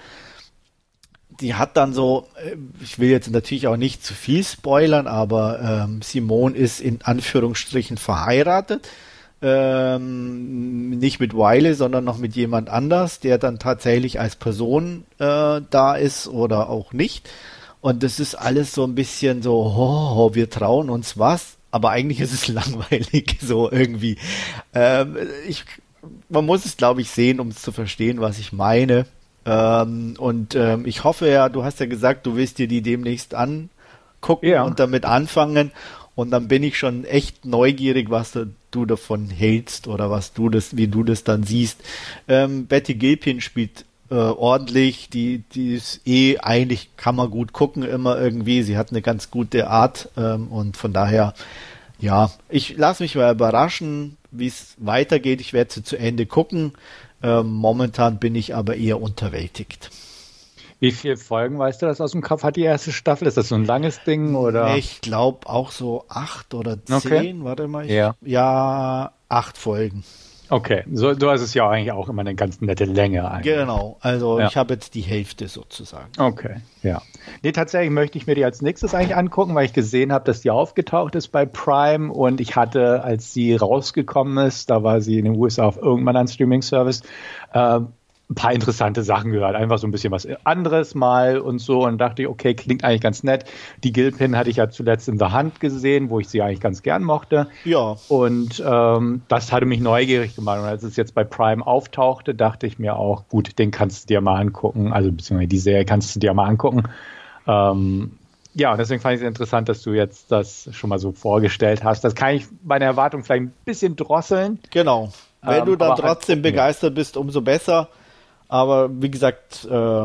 Die hat dann so, ich will jetzt natürlich auch nicht zu viel spoilern, aber ähm, Simone ist in Anführungsstrichen verheiratet. Ähm, nicht mit Wiley, sondern noch mit jemand anders, der dann tatsächlich als Person äh, da ist oder auch nicht. Und das ist alles so ein bisschen so, oh, wir trauen uns was, aber eigentlich ist es langweilig, so irgendwie. Ähm, ich, man muss es, glaube ich, sehen, um es zu verstehen, was ich meine. Ähm, und ähm, ich hoffe ja, du hast ja gesagt, du willst dir die demnächst angucken ja. und damit anfangen. Und dann bin ich schon echt neugierig, was du, du davon hältst oder was du das, wie du das dann siehst. Ähm, Betty Gilpin spielt äh, ordentlich, die, die ist eh eigentlich, kann man gut gucken immer irgendwie. Sie hat eine ganz gute Art ähm, und von daher, ja, ich lasse mich mal überraschen, wie es weitergeht. Ich werde sie zu Ende gucken. Ähm, momentan bin ich aber eher unterwältigt. Wie viele Folgen, weißt du das aus dem Kopf, hat die erste Staffel? Ist das so ein langes Ding? Oder? Ich glaube auch so acht oder zehn. Okay. Warte mal. Ich, ja. ja, acht Folgen. Okay, so, du hast es ja eigentlich auch immer eine ganz nette Länge. Eigentlich. Genau, also ja. ich habe jetzt die Hälfte sozusagen. Okay, ja. Nee, tatsächlich möchte ich mir die als nächstes eigentlich angucken, weil ich gesehen habe, dass die aufgetaucht ist bei Prime und ich hatte, als sie rausgekommen ist, da war sie in den U S A auf irgendwann ein Streaming-Service, äh, ein paar interessante Sachen gehört. Einfach so ein bisschen was anderes mal und so und dachte ich, okay, klingt eigentlich ganz nett. Die Gilpin hatte ich ja zuletzt in The Hunt gesehen, wo ich sie eigentlich ganz gern mochte. Ja. Und ähm, das hatte mich neugierig gemacht. Und als es jetzt bei Prime auftauchte, dachte ich mir auch, gut, den kannst du dir mal angucken. Also beziehungsweise die Serie kannst du dir mal angucken. Ähm, ja, und deswegen fand ich es interessant, dass du jetzt das schon mal so vorgestellt hast. Das kann ich meine Erwartungen vielleicht ein bisschen drosseln. Genau. Wenn ähm, du dann trotzdem halt, begeistert bist, umso besser. Aber wie gesagt, äh,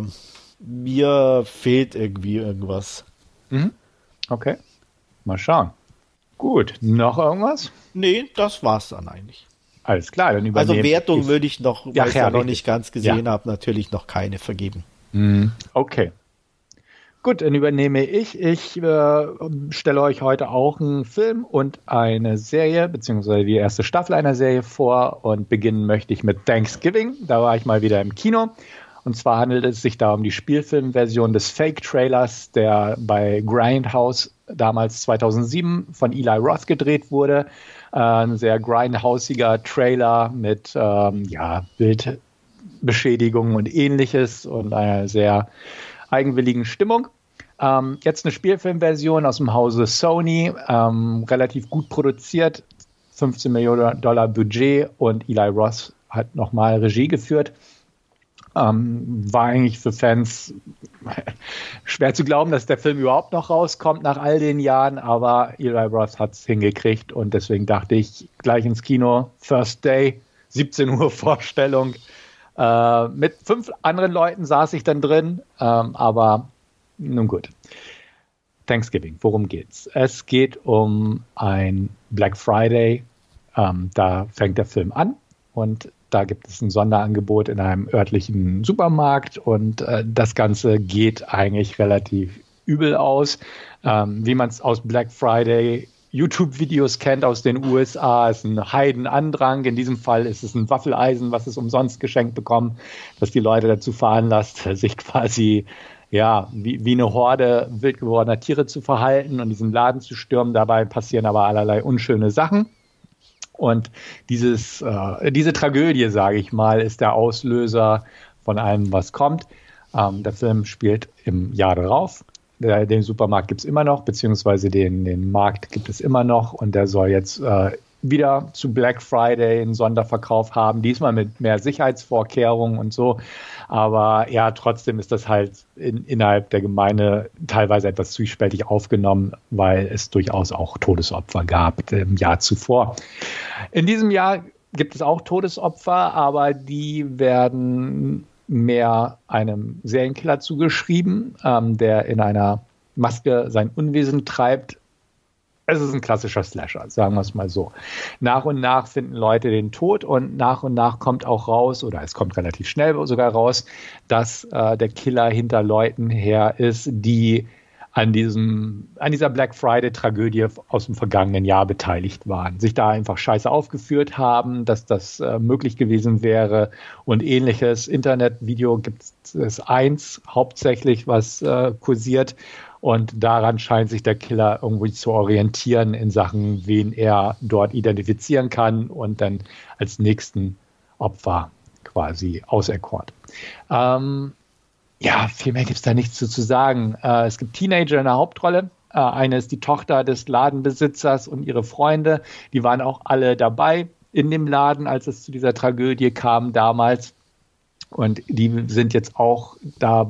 mir fehlt irgendwie irgendwas. Mhm. Okay, mal schauen. Gut, noch irgendwas? Nee, das war's dann eigentlich. Alles klar, dann übernehmen. Also Wertung ich, würde ich noch, ja, weil ich ja, ja noch nicht ganz gesehen ja. habe, natürlich noch keine vergeben. Mhm. Okay. Gut, dann übernehme ich. Ich äh, stelle euch heute auch einen Film und eine Serie, beziehungsweise die erste Staffel einer Serie vor und beginnen möchte ich mit Thanksgiving. Da war ich mal wieder im Kino. Und zwar handelt es sich da um die Spielfilmversion des Fake-Trailers, der bei Grindhouse damals zweitausendsieben von Eli Roth gedreht wurde. Äh, ein sehr grindhausiger Trailer mit ähm, ja, Bildbeschädigungen und Ähnliches und einer sehr eigenwilligen Stimmung. Ähm, jetzt eine Spielfilmversion aus dem Hause Sony, ähm, relativ gut produziert, fünfzehn Millionen Dollar Budget und Eli Roth hat nochmal Regie geführt. Ähm, war eigentlich für Fans schwer zu glauben, dass der Film überhaupt noch rauskommt nach all den Jahren, aber Eli Roth hat es hingekriegt und deswegen dachte ich gleich ins Kino, First Day, siebzehn Uhr Vorstellung. Äh, mit fünf anderen Leuten saß ich dann drin, ähm, aber nun gut. Thanksgiving, worum geht's? Es geht um ein Black Friday. Ähm, da fängt der Film an und da gibt es ein Sonderangebot in einem örtlichen Supermarkt und äh, das Ganze geht eigentlich relativ übel aus. Ähm, wie man es aus Black Friday YouTube-Videos kennt aus den U S A, ist ein Heidenandrang. In diesem Fall ist es ein Waffeleisen, was es umsonst geschenkt bekommen, das die Leute dazu veranlasst, sich quasi ja, wie, wie eine Horde wild gewordener Tiere zu verhalten und diesen Laden zu stürmen. Dabei passieren aber allerlei unschöne Sachen. Und dieses, äh, diese Tragödie, sage ich mal, ist der Auslöser von allem, was kommt. Ähm, der Film spielt im Jahr darauf. Der, den Supermarkt gibt es immer noch, beziehungsweise den, den Markt gibt es immer noch. Und der soll jetzt äh, wieder zu Black Friday einen Sonderverkauf haben. Diesmal mit mehr Sicherheitsvorkehrungen und so. Aber ja, trotzdem ist das halt in, innerhalb der Gemeinde teilweise etwas zwiespältig aufgenommen, weil es durchaus auch Todesopfer gab im Jahr zuvor. In diesem Jahr gibt es auch Todesopfer, aber die werden mehr einem Serienkiller zugeschrieben, ähm, der in einer Maske sein Unwesen treibt. Es ist ein klassischer Slasher, sagen wir es mal so. Nach und nach finden Leute den Tod und nach und nach kommt auch raus, oder es kommt relativ schnell sogar raus, dass äh, der Killer hinter Leuten her ist, die an diesem, an dieser Black Friday-Tragödie aus dem vergangenen Jahr beteiligt waren, sich da einfach scheiße aufgeführt haben, dass das äh, möglich gewesen wäre und ähnliches. Internetvideo gibt es eins hauptsächlich, was äh, kursiert, und daran scheint sich der Killer irgendwie zu orientieren in Sachen, wen er dort identifizieren kann und dann als nächsten Opfer quasi auserkoren. Ähm, Ja, viel mehr gibt es da nichts zu, zu sagen. Äh, es gibt Teenager in der Hauptrolle. Äh, eine ist die Tochter des Ladenbesitzers und ihre Freunde. Die waren auch alle dabei in dem Laden, als es zu dieser Tragödie kam damals. Und die sind jetzt auch da.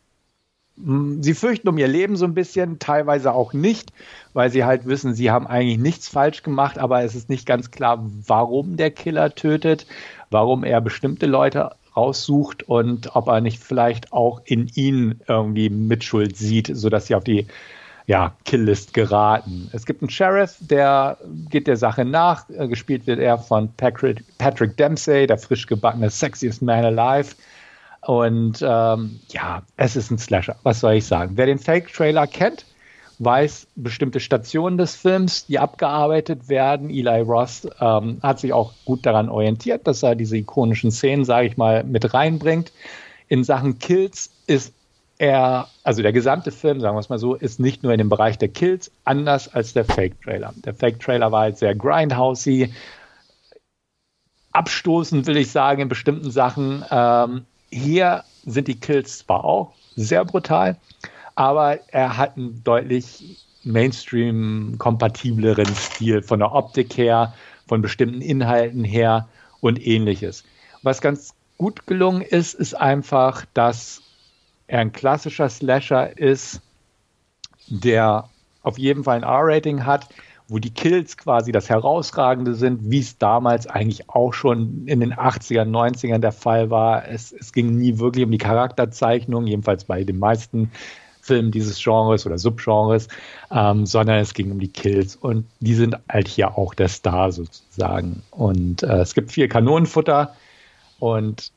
Mh, sie fürchten um ihr Leben so ein bisschen, teilweise auch nicht, weil sie halt wissen, sie haben eigentlich nichts falsch gemacht, aber es ist nicht ganz klar, warum der Killer tötet, warum er bestimmte Leute raussucht und ob er nicht vielleicht auch in ihnen irgendwie Mitschuld sieht, sodass sie auf die ja, Killlist geraten. Es gibt einen Sheriff, der geht der Sache nach. Gespielt wird er von Patrick, Patrick Dempsey, der frisch gebackene Sexiest Man Alive. Und ähm, ja, es ist ein Slasher. Was soll ich sagen? Wer den Fake-Trailer kennt, weiß bestimmte Stationen des Films, die abgearbeitet werden. Eli Roth ähm, hat sich auch gut daran orientiert, dass er diese ikonischen Szenen, sage ich mal, mit reinbringt. In Sachen Kills ist er, also der gesamte Film, sagen wir es mal so, ist nicht nur in dem Bereich der Kills anders als der Fake-Trailer. Der Fake-Trailer war halt sehr grindhousey, abstoßend, will ich sagen, in bestimmten Sachen. Ähm, hier sind die Kills zwar auch sehr brutal, aber er hat einen deutlich Mainstream-kompatibleren Stil von der Optik her, von bestimmten Inhalten her und ähnliches. Was ganz gut gelungen ist, ist einfach, dass er ein klassischer Slasher ist, der auf jeden Fall ein R-Rating hat, wo die Kills quasi das Herausragende sind, wie es damals eigentlich auch schon in den achtzigern, neunzigern der Fall war. Es, es ging nie wirklich um die Charakterzeichnung, jedenfalls bei den meisten Filmen dieses Genres oder Subgenres, ähm, sondern es ging um die Kills, und die sind halt hier auch der Star sozusagen. Und äh, es gibt viel Kanonenfutter, und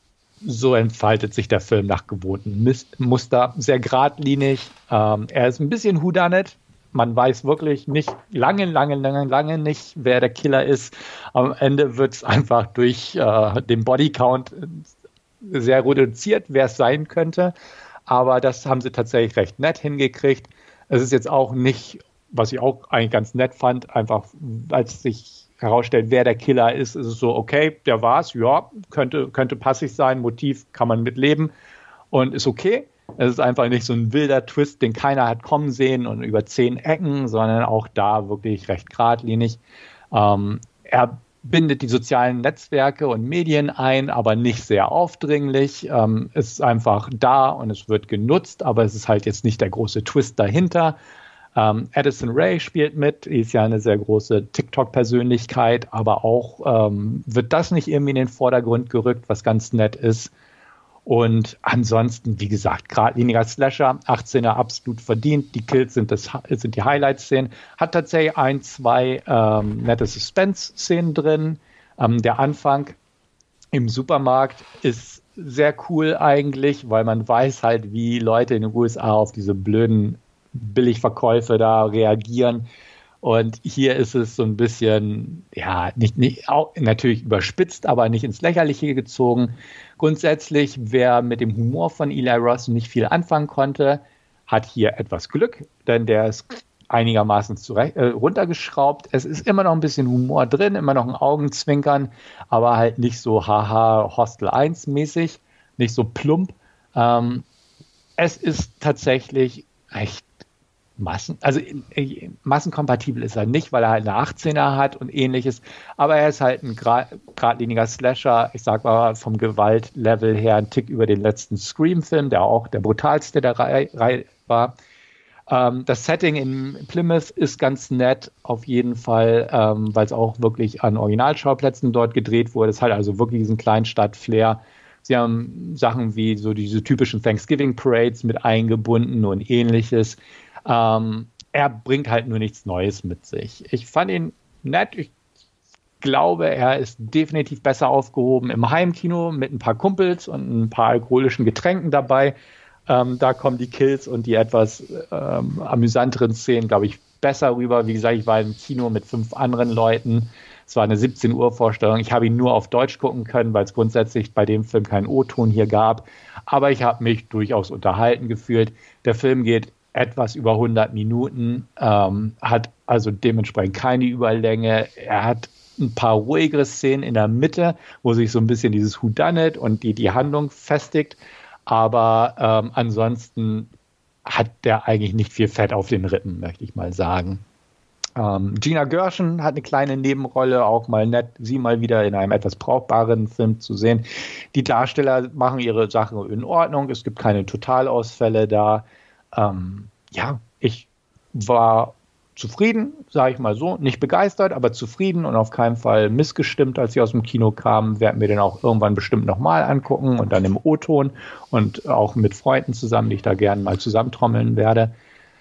so entfaltet sich der Film nach gewohnten Mist- Muster, sehr geradlinig. Ähm, er ist ein bisschen whodunit. Man weiß wirklich nicht, lange, lange, lange, lange nicht, wer der Killer ist. Am Ende wird es einfach durch äh, den Bodycount sehr reduziert, wer es sein könnte. Aber das haben sie tatsächlich recht nett hingekriegt. Es ist jetzt auch nicht, was ich auch eigentlich ganz nett fand, einfach als sich herausstellt, wer der Killer ist, ist es so, okay, der war's, ja, könnte, könnte passig sein, Motiv kann man mitleben und ist okay. Es ist einfach nicht so ein wilder Twist, den keiner hat kommen sehen und über zehn Ecken, sondern auch da wirklich recht geradlinig. Ähm, er bindet die sozialen Netzwerke und Medien ein, aber nicht sehr aufdringlich. Ähm, es ist einfach da und es wird genutzt, aber es ist halt jetzt nicht der große Twist dahinter. Ähm, Addison Rae spielt mit, die ist ja eine sehr große TikTok-Persönlichkeit, aber auch ähm, wird das nicht irgendwie in den Vordergrund gerückt, was ganz nett ist. Und ansonsten, wie gesagt, geradliniger Slasher, achtzehner absolut verdient. Die Kills sind, das, sind die Highlight-Szenen. Hat tatsächlich ein, zwei ähm, nette Suspense-Szenen drin. Ähm, der Anfang im Supermarkt ist sehr cool eigentlich, weil man weiß halt, wie Leute in den U S A auf diese blöden Billigverkäufe da reagieren. Und hier ist es so ein bisschen, ja, nicht, nicht auch natürlich überspitzt, aber nicht ins Lächerliche gezogen. Grundsätzlich, wer mit dem Humor von Eli Roth nicht viel anfangen konnte, hat hier etwas Glück, denn der ist einigermaßen zurecht, äh, runtergeschraubt. Es ist immer noch ein bisschen Humor drin, immer noch ein Augenzwinkern, aber halt nicht so haha Hostel eins mäßig, nicht so plump. Ähm, es ist tatsächlich recht Massen, also äh, massenkompatibel ist er nicht, weil er halt eine achtzehner hat und ähnliches, aber er ist halt ein geradliniger Slasher, ich sag mal vom Gewaltlevel her ein Tick über den letzten Scream-Film, der auch der brutalste der Reihe war. Ähm, das Setting in Plymouth ist ganz nett, auf jeden Fall, ähm, weil es auch wirklich an Originalschauplätzen dort gedreht wurde. Es hat also wirklich diesen Kleinstadt-Flair. Sie haben Sachen wie so diese typischen Thanksgiving-Parades mit eingebunden und ähnliches. Ähm, er bringt halt nur nichts Neues mit sich. Ich fand ihn nett. Ich glaube, er ist definitiv besser aufgehoben im Heimkino mit ein paar Kumpels und ein paar alkoholischen Getränken dabei. Ähm, da kommen die Kills und die etwas ähm, amüsanteren Szenen, glaube ich, besser rüber. Wie gesagt, ich war im Kino mit fünf anderen Leuten. Es war eine siebzehn Uhr Vorstellung. Ich habe ihn nur auf Deutsch gucken können, weil es grundsätzlich bei dem Film keinen O-Ton hier gab. Aber ich habe mich durchaus unterhalten gefühlt. Der Film geht etwas über hundert Minuten, ähm, hat also dementsprechend keine Überlänge. Er hat ein paar ruhigere Szenen in der Mitte, wo sich so ein bisschen dieses Whodunit und die, die Handlung festigt. Aber ähm, ansonsten hat der eigentlich nicht viel Fett auf den Rippen, möchte ich mal sagen. Ähm, Gina Gershon hat eine kleine Nebenrolle, auch mal nett, sie mal wieder in einem etwas brauchbaren Film zu sehen. Die Darsteller machen ihre Sachen in Ordnung, es gibt keine Totalausfälle da. Ähm, ja, ich war zufrieden, sage ich mal so, nicht begeistert, aber zufrieden und auf keinen Fall missgestimmt, als ich aus dem Kino kam. Werden wir den auch irgendwann bestimmt nochmal angucken und dann im O-Ton und auch mit Freunden zusammen, die ich da gerne mal zusammentrommeln werde.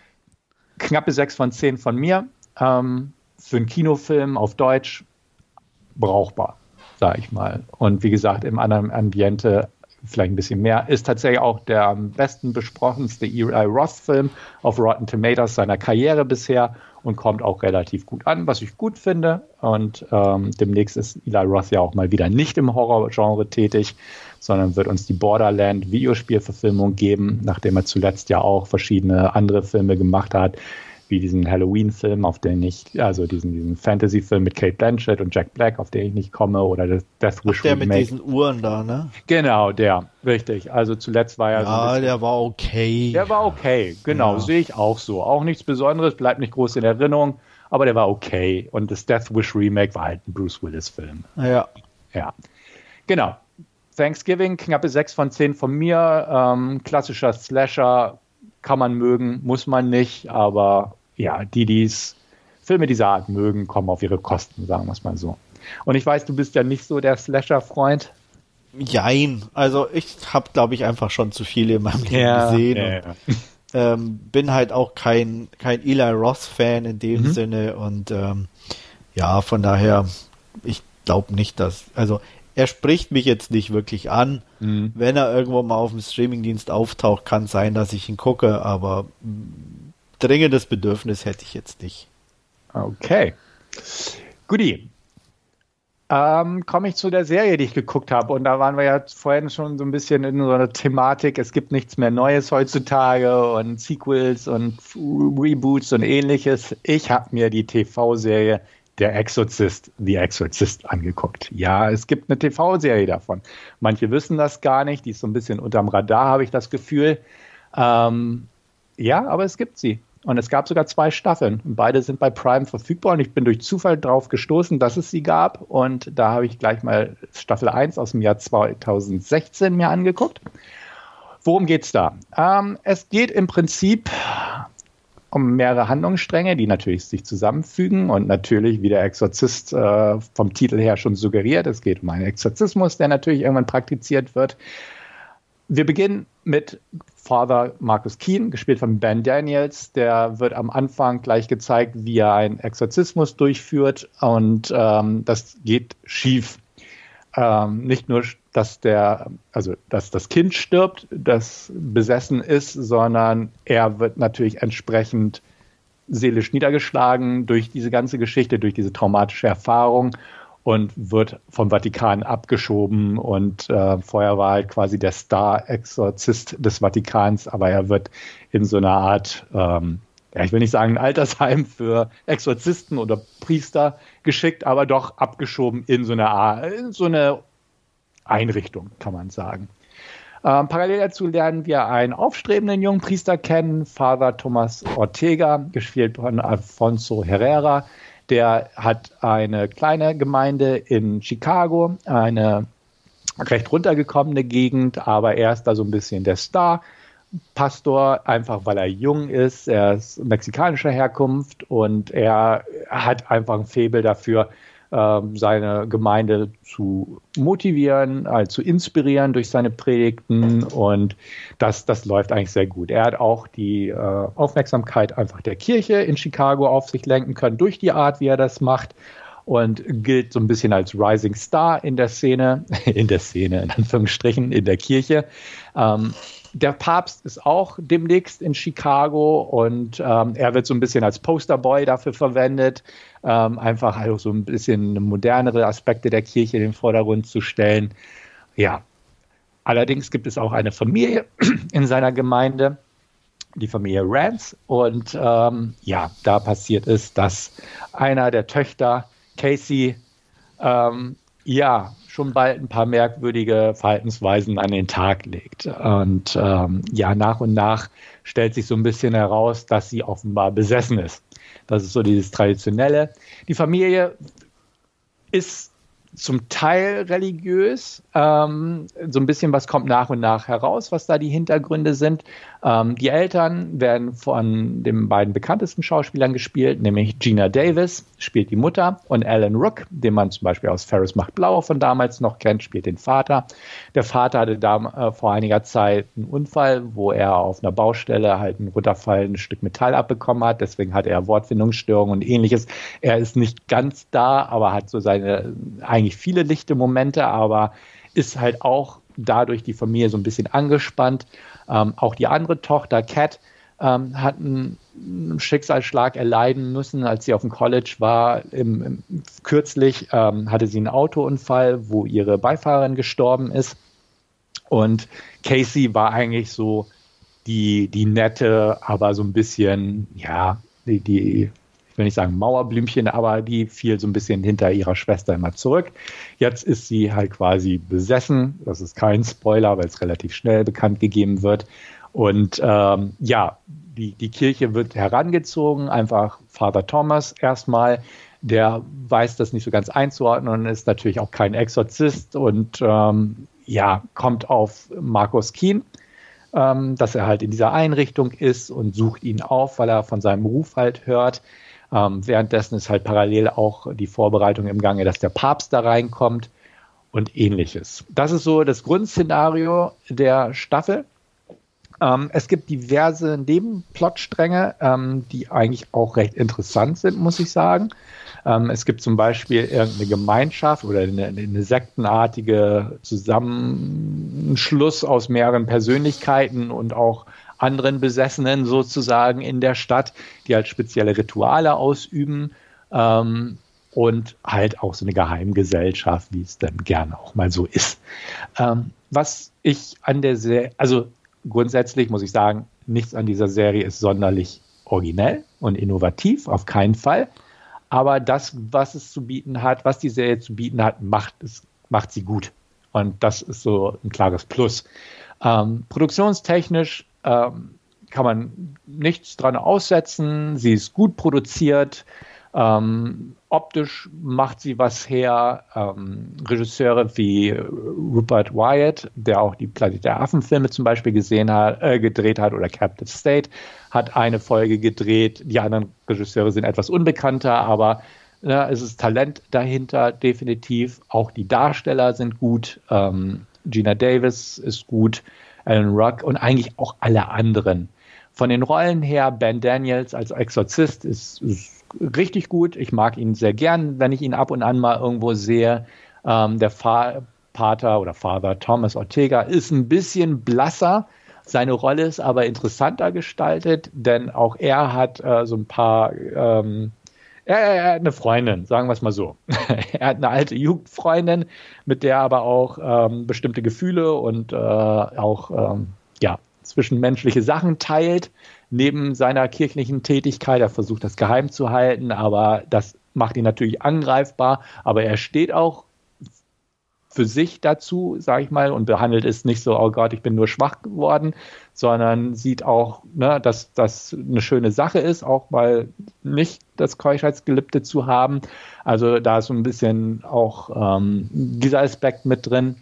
Knappe sechs von zehn von mir. Ähm, für einen Kinofilm auf Deutsch brauchbar, sage ich mal. Und wie gesagt, im anderen Ambiente vielleicht ein bisschen mehr, ist tatsächlich auch der am besten besprochenste Eli Roth-Film auf Rotten Tomatoes seiner Karriere bisher und kommt auch relativ gut an, was ich gut finde. Und ähm, demnächst ist Eli Roth ja auch mal wieder nicht im Horrorgenre tätig, sondern wird uns die Borderland-Videospielverfilmung geben, nachdem er zuletzt ja auch verschiedene andere Filme gemacht hat, wie diesen Halloween-Film, auf den ich, also diesen, diesen Fantasy-Film mit Cate Blanchett und Jack Black, auf den ich nicht komme, oder das Death Wish Ach, der Remake. mit diesen Uhren da, ne? Genau, der, richtig. Also zuletzt war er ja, so ein bisschen, der war okay. Der war okay, genau, Ja. sehe ich auch so. Auch nichts Besonderes, bleibt nicht groß in Erinnerung, aber der war okay. Und das Death Wish Remake war halt ein Bruce Willis-Film. Ja. Ja, genau. Thanksgiving, knappe sechs von zehn von mir. Ähm, klassischer Slasher, kann man mögen, muss man nicht, aber ja, die, die es Filme dieser Art mögen, kommen auf ihre Kosten, sagen wir es mal so. Und ich weiß, du bist ja nicht so der Slasher-Freund. Jein. Also ich habe, glaube ich, einfach schon zu viele in meinem Leben Ja, gesehen. ja, und, ja. Ähm, bin halt auch kein, kein Eli Roth-Fan in dem Mhm. Sinne. Und ähm, ja, von daher, ich glaube nicht, dass... Also er spricht mich jetzt nicht wirklich an. Mhm. Wenn er irgendwo mal auf dem Streamingdienst auftaucht, kann es sein, dass ich ihn gucke, aber mh, dringendes Bedürfnis hätte ich jetzt nicht. Okay. Guti. Ähm, komme ich zu der Serie, die ich geguckt habe. Und da waren wir ja vorhin schon so ein bisschen in so einer Thematik. Es gibt nichts mehr Neues heutzutage und Sequels und Reboots und ähnliches. Ich habe mir die T V-Serie Der Exorzist, The Exorcist angeguckt. Ja, es gibt eine T V-Serie davon. Manche wissen das gar nicht. Die ist so ein bisschen unterm Radar, habe ich das Gefühl. Ähm, ja, aber es gibt sie. Und es gab sogar zwei Staffeln. Und beide sind bei Prime verfügbar. Und ich bin durch Zufall drauf gestoßen, dass es sie gab. Und da habe ich gleich mal Staffel eins aus dem Jahr zweitausendsechzehn mir angeguckt. Worum geht's da? Ähm, es geht im Prinzip um mehrere Handlungsstränge, die natürlich sich zusammenfügen. Und natürlich, wie der Exorzist äh, vom Titel her schon suggeriert, es geht um einen Exorzismus, der natürlich irgendwann praktiziert wird. Wir beginnen mit Father Marcus Keen, gespielt von Ben Daniels. Der wird am Anfang gleich gezeigt, wie er einen Exorzismus durchführt. Und ähm, das geht schief. Ähm, nicht nur, dass der, also dass das Kind stirbt, das besessen ist, sondern er wird natürlich entsprechend seelisch niedergeschlagen durch diese ganze Geschichte, durch diese traumatische Erfahrung und wird vom Vatikan abgeschoben. Und äh, vorher war halt quasi der Star-Exorzist des Vatikans, aber er wird in so einer Art, ähm, ja, ich will nicht sagen ein Altersheim für Exorzisten oder Priester geschickt, aber doch abgeschoben in so eine, Art, in so eine Einrichtung, kann man sagen. Ähm, parallel dazu lernen wir einen aufstrebenden jungen Priester kennen, Father Thomas Ortega, gespielt von Alfonso Herrera. Der hat eine kleine Gemeinde in Chicago, eine recht runtergekommene Gegend, aber er ist da so ein bisschen der Star-Pastor, einfach weil er jung ist. Er ist mexikanischer Herkunft und er hat einfach ein Faible dafür, seine Gemeinde zu motivieren, also zu inspirieren durch seine Predigten, und das, das läuft eigentlich sehr gut. Er hat auch die äh, Aufmerksamkeit einfach der Kirche in Chicago auf sich lenken können durch die Art, wie er das macht, und gilt so ein bisschen als Rising Star in der Szene, in der Szene, in Anführungsstrichen, in der Kirche. Ähm, der Papst ist auch demnächst in Chicago und ähm, er wird so ein bisschen als Posterboy dafür verwendet, ähm, einfach also so ein bisschen modernere Aspekte der Kirche in den Vordergrund zu stellen. Ja, allerdings gibt es auch eine Familie in seiner Gemeinde, die Familie Rance. Und ähm, ja, da passiert es, dass einer der Töchter, Casey, ähm, ja, schon bald ein paar merkwürdige Verhaltensweisen an den Tag legt. Und ähm, ja, nach und nach stellt sich so ein bisschen heraus, dass sie offenbar besessen ist. Das ist so dieses Traditionelle. Die Familie ist zum Teil religiös, ähm, so ein bisschen was kommt nach und nach heraus, was da die Hintergründe sind. Ähm, die Eltern werden von den beiden bekanntesten Schauspielern gespielt, nämlich Gina Davis spielt die Mutter und Alan Rook, den man zum Beispiel aus Ferris macht Blau von damals noch kennt, spielt den Vater. Der Vater hatte da äh, vor einiger Zeit einen Unfall, wo er auf einer Baustelle halt ein runterfallendes Stück Metall abbekommen hat, deswegen hat er Wortfindungsstörungen und ähnliches. Er ist nicht ganz da, aber hat so seine eigentlich viele lichte Momente, aber ist halt auch dadurch die Familie so ein bisschen angespannt. Ähm, auch die andere Tochter, Kat, ähm, hat einen Schicksalsschlag erleiden müssen, als sie auf dem College war. Im, im, kürzlich ähm, hatte sie einen Autounfall, wo ihre Beifahrerin gestorben ist. Und Casey war eigentlich so die, die nette, aber so ein bisschen, ja, die, die ich will nicht sagen Mauerblümchen, aber die fiel so ein bisschen hinter ihrer Schwester immer zurück. Jetzt ist sie halt quasi besessen. Das ist kein Spoiler, weil es relativ schnell bekannt gegeben wird. Und ähm, ja, die, die Kirche wird herangezogen, einfach Father Thomas erstmal. Der weiß das nicht so ganz einzuordnen und ist natürlich auch kein Exorzist und ähm, ja, kommt auf Marcus Keen, ähm, dass er halt in dieser Einrichtung ist und sucht ihn auf, weil er von seinem Ruf halt hört. Ähm, währenddessen ist halt parallel auch die Vorbereitung im Gange, dass der Papst da reinkommt und ähnliches. Das ist so das Grundszenario der Staffel. Ähm, es gibt diverse Nebenplotstränge, ähm, die eigentlich auch recht interessant sind, muss ich sagen. Ähm, es gibt zum Beispiel irgendeine Gemeinschaft oder eine, eine sektenartige Zusammenschluss aus mehreren Persönlichkeiten und auch anderen Besessenen sozusagen in der Stadt, die halt spezielle Rituale ausüben ähm, und halt auch so eine Geheimgesellschaft, wie es dann gerne auch mal so ist. Ähm, was ich an der Serie, also grundsätzlich muss ich sagen, nichts an dieser Serie ist sonderlich originell und innovativ, auf keinen Fall. Aber das, was es zu bieten hat, was die Serie zu bieten hat, macht es, macht sie gut. Und das ist so ein klares Plus. Ähm, produktionstechnisch ähm, kann man nichts dran aussetzen. Sie ist gut produziert. Ähm, optisch macht sie was her. Ähm, Regisseure wie Rupert Wyatt, der auch die Planet der Affen-Filme zum Beispiel gesehen hat, äh, gedreht hat, oder Captain State, hat eine Folge gedreht. Die anderen Regisseure sind etwas unbekannter, aber ne, es ist Talent dahinter, definitiv. Auch die Darsteller sind gut. Ähm, Gina Davis ist gut, Alan Ruck und eigentlich auch alle anderen. Von den Rollen her, Ben Daniels als Exorzist ist, ist richtig gut. Ich mag ihn sehr gern, wenn ich ihn ab und an mal irgendwo sehe. Ähm, der Fa- Pater oder Father Thomas Ortega ist ein bisschen blasser. Seine Rolle ist aber interessanter gestaltet, denn auch er hat äh, so ein paar, ähm, er, er hat eine Freundin, sagen wir es mal so. Er hat eine alte Jugendfreundin, mit der aber auch ähm, bestimmte Gefühle und äh, auch ähm, ja, zwischenmenschliche Sachen teilt, neben seiner kirchlichen Tätigkeit. Er versucht, das geheim zu halten, aber das macht ihn natürlich angreifbar. Aber er steht auch für sich dazu, sage ich mal, und behandelt es nicht so, oh Gott, ich bin nur schwach geworden, sondern sieht auch, ne, dass das eine schöne Sache ist, auch mal nicht das Keuschheitsgelübde zu haben. Also da ist so ein bisschen auch ähm, dieser Aspekt mit drin.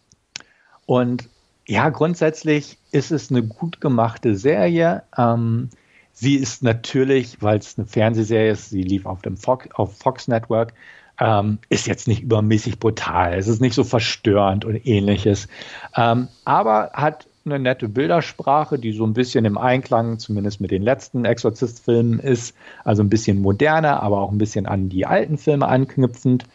Und ja, grundsätzlich ist es eine gut gemachte Serie. Ähm, sie ist natürlich, weil es eine Fernsehserie ist, sie lief auf dem Fox, auf Fox Network, ähm, ist jetzt nicht übermäßig brutal. Es ist nicht so verstörend und ähnliches. Ähm, aber hat eine nette Bildersprache, die so ein bisschen im Einklang zumindest mit den letzten Exorzist-Filmen ist, also ein bisschen moderner, aber auch ein bisschen an die alten Filme anknüpfend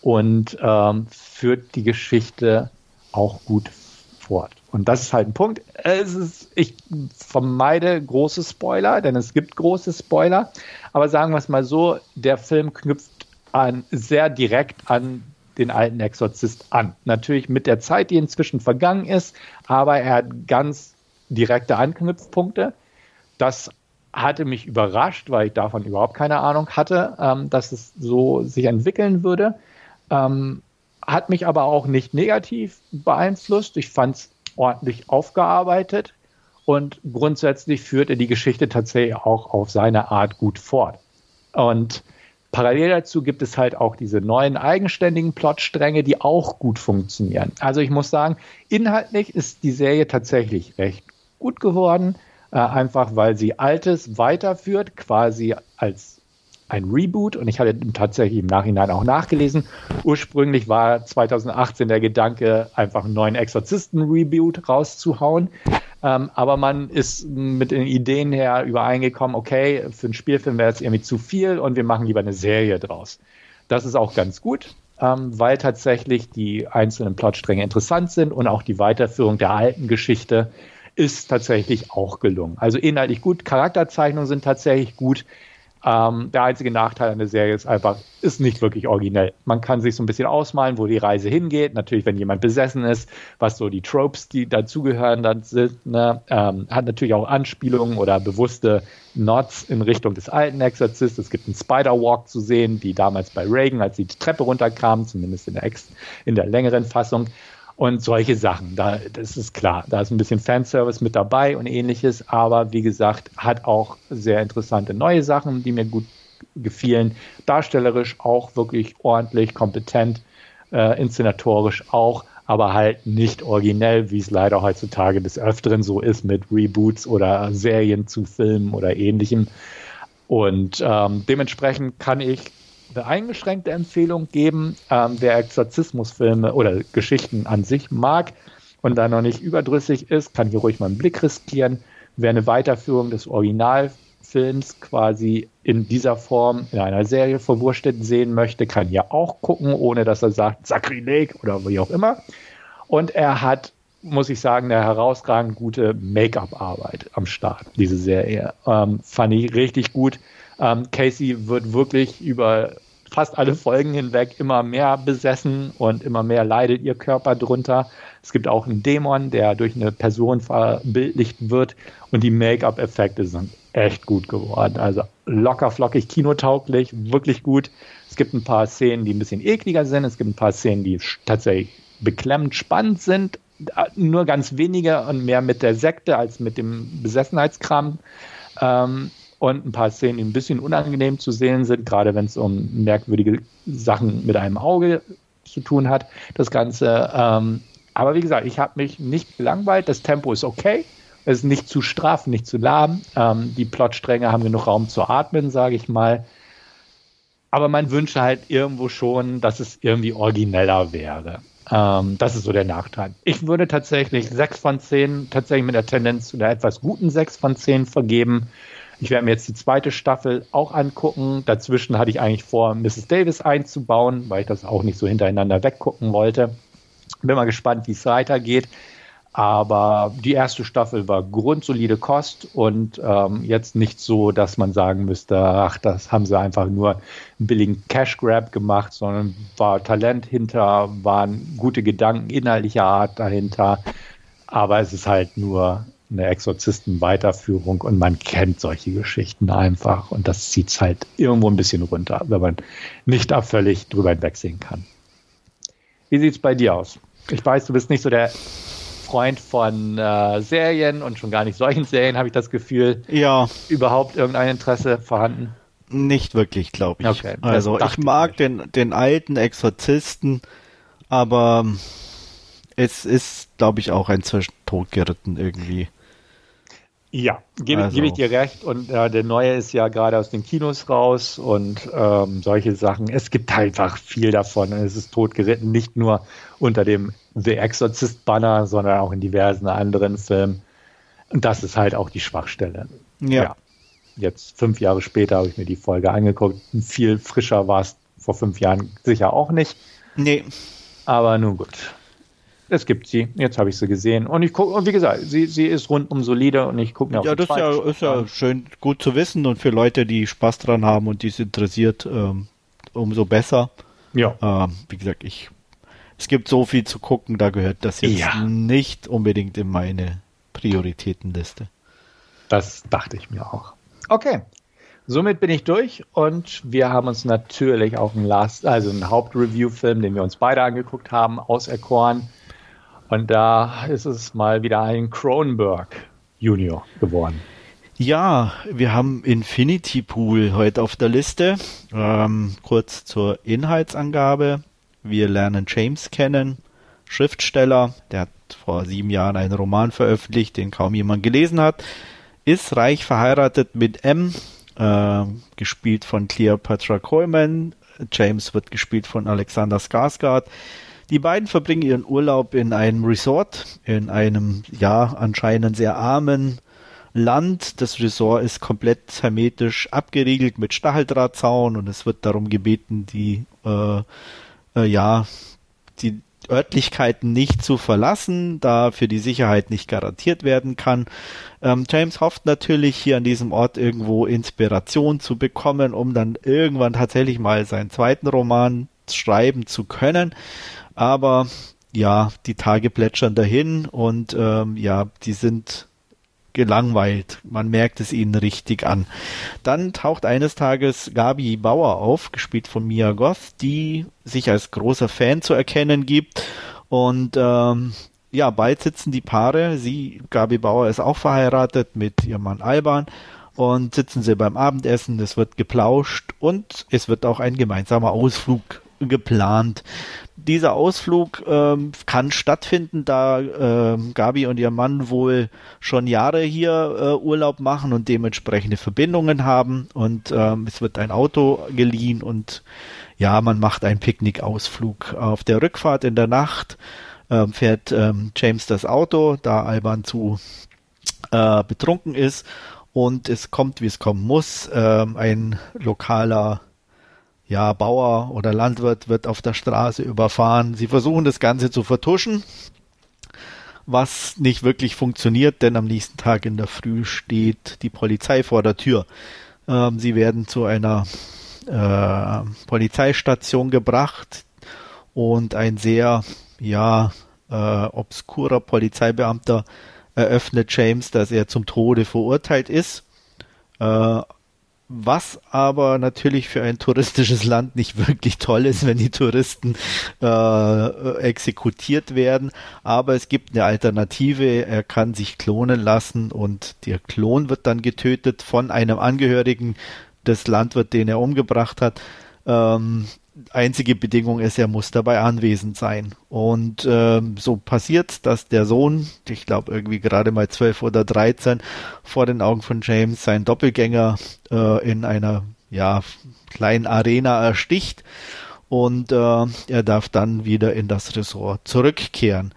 und ähm, führt die Geschichte auch gut fort. Und das ist halt ein Punkt. Es ist, ich vermeide große Spoiler, denn es gibt große Spoiler, aber sagen wir es mal so, der Film knüpft an, sehr direkt an den alten Exorzist an. Natürlich mit der Zeit, die inzwischen vergangen ist, aber er hat ganz direkte Anknüpfpunkte. Das hatte mich überrascht, weil ich davon überhaupt keine Ahnung hatte, ähm, dass es so sich entwickeln würde. Ähm, hat mich aber auch nicht negativ beeinflusst. Ich fand es ordentlich aufgearbeitet und grundsätzlich führt er die Geschichte tatsächlich auch auf seine Art gut fort. Und parallel dazu gibt es halt auch diese neuen eigenständigen Plotstränge, die auch gut funktionieren. Also ich muss sagen, inhaltlich ist die Serie tatsächlich recht gut geworden, äh, einfach weil sie Altes weiterführt, quasi als ein Reboot. Und ich hatte tatsächlich im Nachhinein auch nachgelesen. Ursprünglich war zweitausendachtzehn der Gedanke, einfach einen neuen Exorzisten-Reboot rauszuhauen. Ähm, aber man ist mit den Ideen her übereingekommen, okay, für einen Spielfilm wäre es irgendwie zu viel und wir machen lieber eine Serie draus. Das ist auch ganz gut, ähm, weil tatsächlich die einzelnen Plotstränge interessant sind und auch die Weiterführung der alten Geschichte ist tatsächlich auch gelungen. Also inhaltlich gut, Charakterzeichnungen sind tatsächlich gut. Ähm, der einzige Nachteil an der Serie ist einfach, ist nicht wirklich originell. Man kann sich so ein bisschen ausmalen, wo die Reise hingeht. Natürlich, wenn jemand besessen ist, was so die Tropes, die dazugehören, dann sind, ne? ähm, hat natürlich auch Anspielungen oder bewusste Nods in Richtung des alten Exorzisten. Es gibt einen Spider-Walk zu sehen, wie damals bei Reagan, als sie die Treppe runterkamen, zumindest in der, Ex- in der längeren Fassung. Und solche Sachen, da, das ist klar, da ist ein bisschen Fanservice mit dabei und ähnliches, aber wie gesagt, hat auch sehr interessante neue Sachen, die mir gut gefielen. Darstellerisch auch wirklich ordentlich, kompetent, äh, inszenatorisch auch, aber halt nicht originell, wie es leider heutzutage des Öfteren so ist mit Reboots oder Serien zu Filmen oder ähnlichem. Und ähm, dementsprechend kann ich eine eingeschränkte Empfehlung geben, ähm, wer Exorzismusfilme oder Geschichten an sich mag und da noch nicht überdrüssig ist, kann hier ruhig mal einen Blick riskieren. Wer eine Weiterführung des Originalfilms quasi in dieser Form in einer Serie verwurstet sehen möchte, kann hier auch gucken, ohne dass er sagt Sakrileg oder wie auch immer. Und er hat, muss ich sagen, eine herausragend gute Make-up-Arbeit am Start, diese Serie. Ähm, fand ich richtig gut. Ähm, Casey wird wirklich über fast alle Folgen hinweg immer mehr besessen und immer mehr leidet ihr Körper drunter. Es gibt auch einen Dämon, der durch eine Person verbildlicht wird und die Make-up-Effekte sind echt gut geworden. Also locker, flockig, kinotauglich, wirklich gut. Es gibt ein paar Szenen, die ein bisschen ekliger sind. Es gibt ein paar Szenen, die tatsächlich beklemmend spannend sind. Nur ganz wenige und mehr mit der Sekte als mit dem Besessenheitskram. Ähm, Und ein paar Szenen, die ein bisschen unangenehm zu sehen sind, gerade wenn es um merkwürdige Sachen mit einem Auge zu tun hat, das Ganze. Ähm, aber wie gesagt, ich habe mich nicht gelangweilt. Das Tempo ist okay. Es ist nicht zu straff, nicht zu lahm. Ähm, die Plotstränge haben genug Raum zu atmen, sage ich mal. Aber man wünsche halt irgendwo schon, dass es irgendwie origineller wäre. Ähm, das ist so der Nachteil. Ich würde tatsächlich sechs von zehn, tatsächlich mit der Tendenz zu einer etwas guten sechs von zehn vergeben. Ich werde mir jetzt die zweite Staffel auch angucken. Dazwischen hatte ich eigentlich vor, Missus Davis einzubauen, weil ich das auch nicht so hintereinander weggucken wollte. Bin mal gespannt, wie es weitergeht. Aber die erste Staffel war grundsolide Kost und ähm, jetzt nicht so, dass man sagen müsste, ach, das haben sie einfach nur einen billigen Cash-Grab gemacht, sondern war Talent hinter, waren gute Gedanken inhaltlicher Art dahinter. Aber es ist halt nur eine Exorzisten-Weiterführung und man kennt solche Geschichten einfach und das zieht es halt irgendwo ein bisschen runter, wenn man nicht da völlig drüber hinwegsehen kann. Wie sieht es bei dir aus? Ich weiß, du bist nicht so der Freund von äh, Serien und schon gar nicht solchen Serien, habe ich das Gefühl. Ja. Überhaupt irgendein Interesse vorhanden? Nicht wirklich, glaube ich. Okay, also ich mag den, den alten Exorzisten, aber es ist, glaube ich, auch inzwischen totgeritten irgendwie. Ja, gebe, also. gebe ich dir recht. Und äh, der neue ist ja gerade aus den Kinos raus und ähm, solche Sachen. Es gibt einfach viel davon. Es ist totgeritten, nicht nur unter dem The Exorcist-Banner, sondern auch in diversen anderen Filmen. Und das ist halt auch die Schwachstelle. Ja. ja. Jetzt fünf Jahre später habe ich mir die Folge angeguckt. Viel frischer war es vor fünf Jahren sicher auch nicht. Nee. Aber nun gut. Es gibt sie. Jetzt habe ich sie gesehen. Und ich gucke, und wie gesagt, sie, sie ist rundum solide und ich gucke mir auch Ja, die das ist ja, ist ja schön gut zu wissen und für Leute, die Spaß dran haben und die es interessiert, ähm, umso besser. Ja. Ähm, wie gesagt, ich, es gibt so viel zu gucken, da gehört das jetzt Ja. nicht unbedingt in meine Prioritätenliste. Das dachte ich mir auch. Okay. Somit bin ich durch und wir haben uns natürlich auch einen Last, also einen Hauptreview-Film, den wir uns beide angeguckt haben, auserkoren. Und da ist es mal wieder ein Cronenberg Junior geworden. Ja, wir haben Infinity Pool heute auf der Liste. Ähm, kurz zur Inhaltsangabe. Wir lernen James kennen, Schriftsteller, der hat vor sieben Jahren einen Roman veröffentlicht, den kaum jemand gelesen hat, ist reich verheiratet mit M, äh, gespielt von Cleopatra Coleman. James wird gespielt von Alexander Skarsgård. Die beiden verbringen ihren Urlaub in einem Resort, in einem, ja, anscheinend sehr armen Land. Das Resort ist komplett hermetisch abgeriegelt mit Stacheldrahtzaun und es wird darum gebeten, die, äh, äh, ja, die Örtlichkeiten nicht zu verlassen, da für die Sicherheit nicht garantiert werden kann. Ähm, James hofft natürlich, hier an diesem Ort irgendwo Inspiration zu bekommen, um dann irgendwann tatsächlich mal seinen zweiten Roman schreiben zu können. Aber ja, die Tage plätschern dahin und ähm, ja, die sind gelangweilt. Man merkt es ihnen richtig an. Dann taucht eines Tages Gabi Bauer auf, gespielt von Mia Goth, die sich als großer Fan zu erkennen gibt. Und ähm, ja, bald sitzen die Paare. Sie, Gabi Bauer, ist auch verheiratet mit ihrem Mann Alban. Und sitzen sie beim Abendessen, es wird geplauscht und es wird auch ein gemeinsamer Ausflug geplant. Dieser Ausflug ähm, kann stattfinden, da ähm, Gabi und ihr Mann wohl schon Jahre hier äh, Urlaub machen und dementsprechende Verbindungen haben und ähm, es wird ein Auto geliehen und ja, man macht einen Picknickausflug. Auf der Rückfahrt in der Nacht ähm, fährt ähm, James das Auto, da Alban zu äh, betrunken ist und es kommt, wie es kommen muss. Ähm, ein lokaler Ja, Bauer oder Landwirt wird auf der Straße überfahren. Sie versuchen das Ganze zu vertuschen, was nicht wirklich funktioniert, denn am nächsten Tag in der Früh steht die Polizei vor der Tür. Ähm, sie werden zu einer äh, Polizeistation gebracht und ein sehr, ja, äh, obskurer Polizeibeamter eröffnet James, dass er zum Tode verurteilt ist. Äh, Was aber natürlich für ein touristisches Land nicht wirklich toll ist, wenn die Touristen äh, exekutiert werden. Aber es gibt eine Alternative. Er kann sich klonen lassen und der Klon wird dann getötet von einem Angehörigen des Landwirts, den er umgebracht hat. Ähm, einzige Bedingung ist, er muss dabei anwesend sein. Und ähm, so passiert, dass der Sohn, ich glaube irgendwie gerade mal zwölf oder dreizehn, vor den Augen von James seinen Doppelgänger äh, in einer ja, kleinen Arena ersticht und äh, er darf dann wieder in das Resort zurückkehren.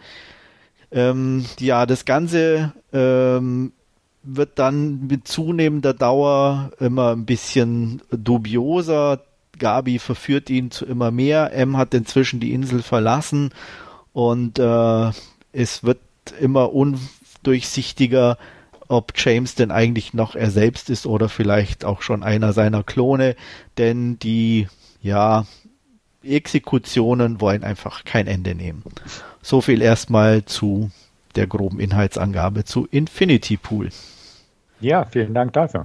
Ähm, ja, das Ganze ähm, wird dann mit zunehmender Dauer immer ein bisschen dubioser. Gabi verführt ihn zu immer mehr. M hat inzwischen die Insel verlassen und äh, es wird immer undurchsichtiger, ob James denn eigentlich noch er selbst ist oder vielleicht auch schon einer seiner Klone, denn die ja Exekutionen wollen einfach kein Ende nehmen. So viel erstmal zu der groben Inhaltsangabe zu Infinity Pool. Ja, vielen Dank dafür.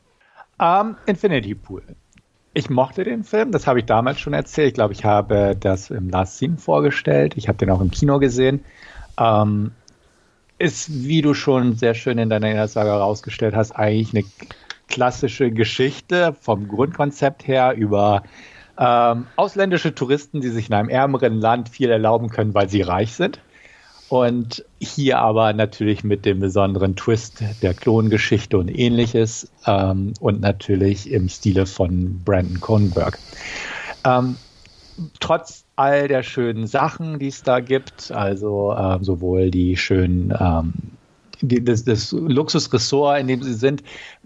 Um, Infinity Pool. Ich mochte den Film, das habe ich damals schon erzählt. Ich glaube, ich habe das im Last Scene vorgestellt. Ich habe den auch im Kino gesehen. Ähm, ist, wie du schon sehr schön in deiner Inhaltssage herausgestellt hast, eigentlich eine klassische Geschichte vom Grundkonzept her über ähm, ausländische Touristen, die sich in einem ärmeren Land viel erlauben können, weil sie reich sind. Und hier aber natürlich mit dem besonderen Twist der Klongeschichte und ähnliches ähm, und natürlich im Stile von Brandon Cronenberg. Ähm, trotz all der schönen Sachen, die es da gibt, also ähm, sowohl die schönen, ähm, die, das, das Luxusressort, in dem sie sind,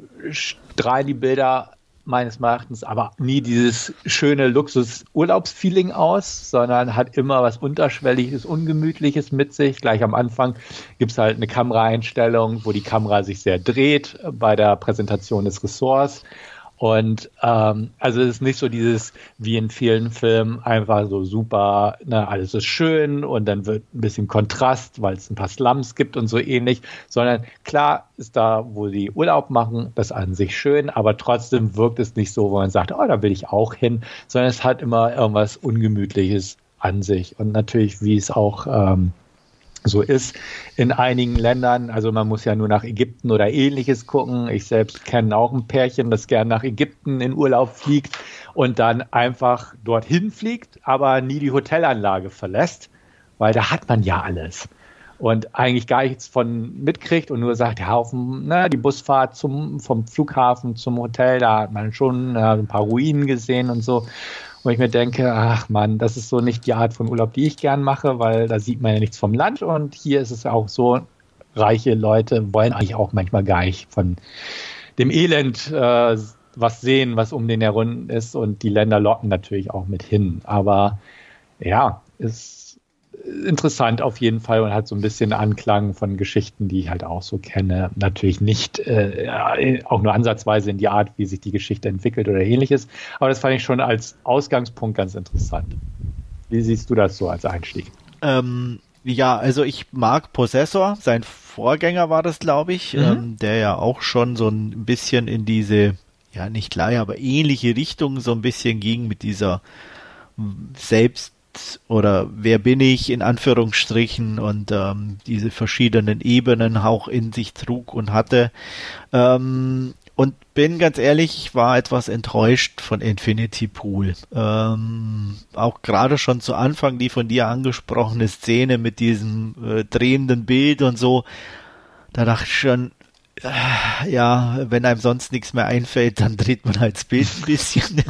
strahlen die Bilder meines Erachtens aber nie dieses schöne Luxus-Urlaubsfeeling aus, sondern hat immer was Unterschwelliges, Ungemütliches mit sich. Gleich am Anfang gibt es halt eine Kameraeinstellung, wo die Kamera sich sehr dreht bei der Präsentation des Ressorts. Und ähm, also es ist nicht so dieses, wie in vielen Filmen, einfach so super, ne, alles ist schön und dann wird ein bisschen Kontrast, weil es ein paar Slums gibt und so ähnlich, sondern klar ist da, wo sie Urlaub machen, das an sich schön, aber trotzdem wirkt es nicht so, wo man sagt, oh, da will ich auch hin, sondern es hat immer irgendwas Ungemütliches an sich. Und natürlich, wie es auch ähm, so ist in einigen Ländern, also man muss ja nur nach Ägypten oder ähnliches gucken. Ich selbst kenne auch ein Pärchen, das gern nach Ägypten in Urlaub fliegt und dann einfach dorthin fliegt, aber nie die Hotelanlage verlässt, weil da hat man ja alles. Und eigentlich gar nichts von mitkriegt und nur sagt, ja, auf dem, ne, die Busfahrt zum, vom Flughafen zum Hotel, da hat man schon äh, ein paar Ruinen gesehen und so. Wo ich mir denke, ach Mann, das ist so nicht die Art von Urlaub, die ich gern mache, weil da sieht man ja nichts vom Land und hier ist es auch so, reiche Leute wollen eigentlich auch manchmal gar nicht von dem Elend äh, was sehen, was um den herum ist und die Länder locken natürlich auch mit hin. Aber ja, ist interessant auf jeden Fall und hat so ein bisschen Anklang von Geschichten, die ich halt auch so kenne. Natürlich nicht äh, auch nur ansatzweise in die Art, wie sich die Geschichte entwickelt oder ähnliches. Aber das fand ich schon als Ausgangspunkt ganz interessant. Wie siehst du das so als Einstieg? Ähm, ja, also ich mag Possessor. Sein Vorgänger war das, glaube ich, mhm. ähm, der ja auch schon so ein bisschen in diese, ja nicht gleich, aber ähnliche Richtung so ein bisschen ging mit dieser Selbst- oder wer bin ich in Anführungsstrichen und ähm, diese verschiedenen Ebenen auch in sich trug und hatte. Ähm, und bin ganz ehrlich, ich war etwas enttäuscht von Infinity Pool. Ähm, auch gerade schon zu Anfang die von dir angesprochene Szene mit diesem äh, drehenden Bild und so, da dachte ich schon, äh, ja, wenn einem sonst nichts mehr einfällt, dann dreht man halt das Bild ein bisschen.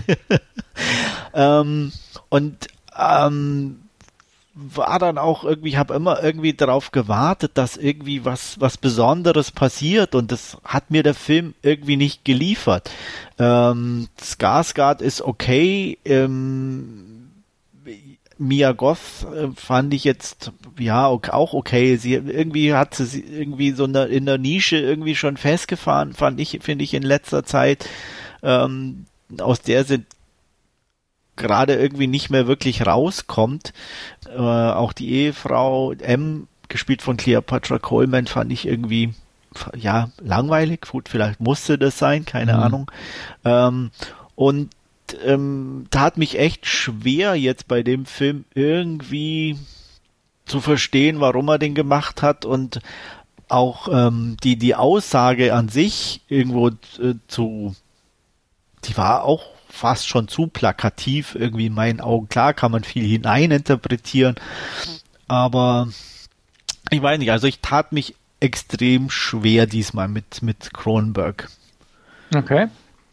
ähm, und Ähm, war dann auch irgendwie, ich habe immer irgendwie darauf gewartet, dass irgendwie was was Besonderes passiert und das hat mir der Film irgendwie nicht geliefert. Ähm, Skarsgård ist okay, ähm, Mia Goth äh, fand ich jetzt ja auch okay. Sie irgendwie hat sie irgendwie so in der, in der Nische irgendwie schon festgefahren, fand ich, finde ich in letzter Zeit. Ähm, aus der sind gerade irgendwie nicht mehr wirklich rauskommt. Äh, auch die Ehefrau M, gespielt von Cleopatra Coleman, fand ich irgendwie ja langweilig. Gut, vielleicht musste das sein, keine mhm. Ahnung. Ähm, und ähm, tat mich echt schwer jetzt bei dem Film irgendwie zu verstehen, warum er den gemacht hat und auch ähm, die die Aussage an sich irgendwo äh, zu, die war auch fast schon zu plakativ irgendwie in meinen Augen. Klar kann man viel hineininterpretieren, aber ich weiß nicht, also ich tat mich extrem schwer diesmal mit, mit Cronenberg. Okay.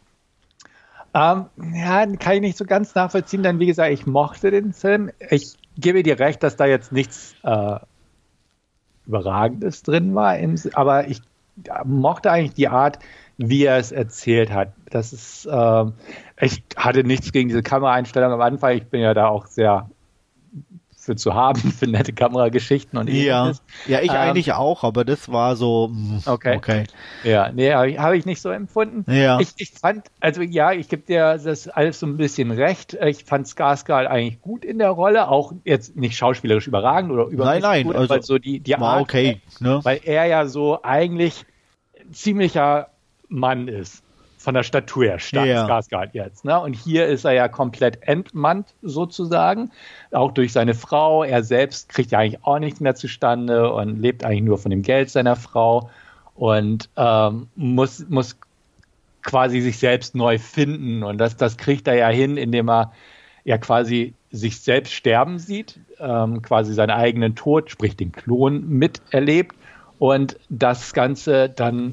Ähm, ja, kann ich nicht so ganz nachvollziehen, denn wie gesagt, ich mochte den Film. Ich gebe dir recht, dass da jetzt nichts äh, Überragendes drin war, im, aber ich mochte eigentlich die Art, wie er es erzählt hat. Das ist, äh, ich hatte nichts gegen diese Kameraeinstellung am Anfang. Ich bin ja da auch sehr für zu haben, für nette Kamerageschichten und ähnliches. Ja, ja ich ähm, eigentlich auch, aber das war so, okay. okay. Ja, nee, habe ich, hab ich nicht so empfunden. Ja. Ich, ich fand, also ja, ich gebe dir das alles so ein bisschen recht. Ich fand Skarsgård eigentlich gut in der Rolle, auch jetzt nicht schauspielerisch überragend oder übermäßig nein, nein, gut, also weil so die, die war Art, okay, ne? Weil er ja so eigentlich ziemlicher Mann ist. Von der Statur her, Skarsgård jetzt. Ne? Und hier ist er ja komplett entmannt sozusagen, auch durch seine Frau. Er selbst kriegt ja eigentlich auch nichts mehr zustande und lebt eigentlich nur von dem Geld seiner Frau und ähm, muss, muss quasi sich selbst neu finden. Und das, das kriegt er ja hin, indem er ja quasi sich selbst sterben sieht, ähm, quasi seinen eigenen Tod, sprich den Klon, miterlebt und das Ganze dann,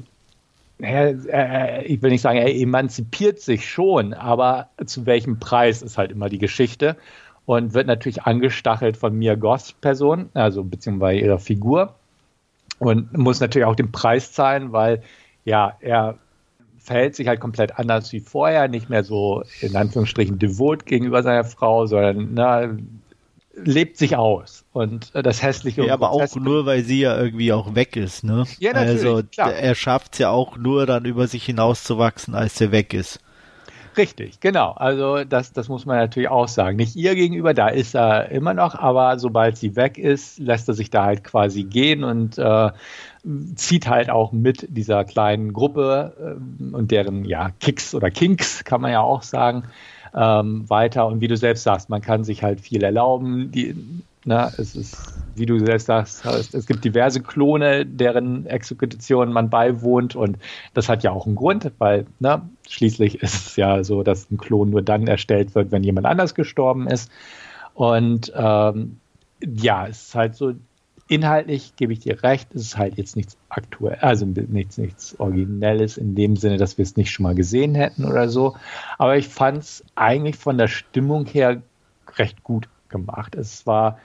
äh, ich will nicht sagen, er emanzipiert sich schon, aber zu welchem Preis ist halt immer die Geschichte und wird natürlich angestachelt von Mia Goths Person, also beziehungsweise ihrer Figur und muss natürlich auch den Preis zahlen, weil ja, er verhält sich halt komplett anders wie vorher, nicht mehr so in Anführungsstrichen devot gegenüber seiner Frau, sondern na, lebt sich aus. Und das Hässliche. Ja, aber auch nur, weil sie ja irgendwie auch weg ist, ne? Ja, natürlich, also klar. Er schafft es ja auch nur dann über sich hinauszuwachsen, als er weg ist. Richtig, genau. Also das, das muss man natürlich auch sagen. Nicht ihr gegenüber, da ist er immer noch, aber sobald sie weg ist, lässt er sich da halt quasi gehen und äh, zieht halt auch mit dieser kleinen Gruppe äh, und deren ja Kicks oder Kinks, kann man ja auch sagen, ähm, weiter. Und wie du selbst sagst, man kann sich halt viel erlauben. Die, na, es ist, wie du selbst sagst, es gibt diverse Klone, deren Exekutionen man beiwohnt und das hat ja auch einen Grund, weil na, schließlich ist es ja so, dass ein Klon nur dann erstellt wird, wenn jemand anders gestorben ist. Und ähm, ja, es ist halt so, inhaltlich gebe ich dir recht, es ist halt jetzt nichts aktuell, also nichts, nichts Originelles in dem Sinne, dass wir es nicht schon mal gesehen hätten oder so. Aber ich fand es eigentlich von der Stimmung her recht gut gemacht. Es war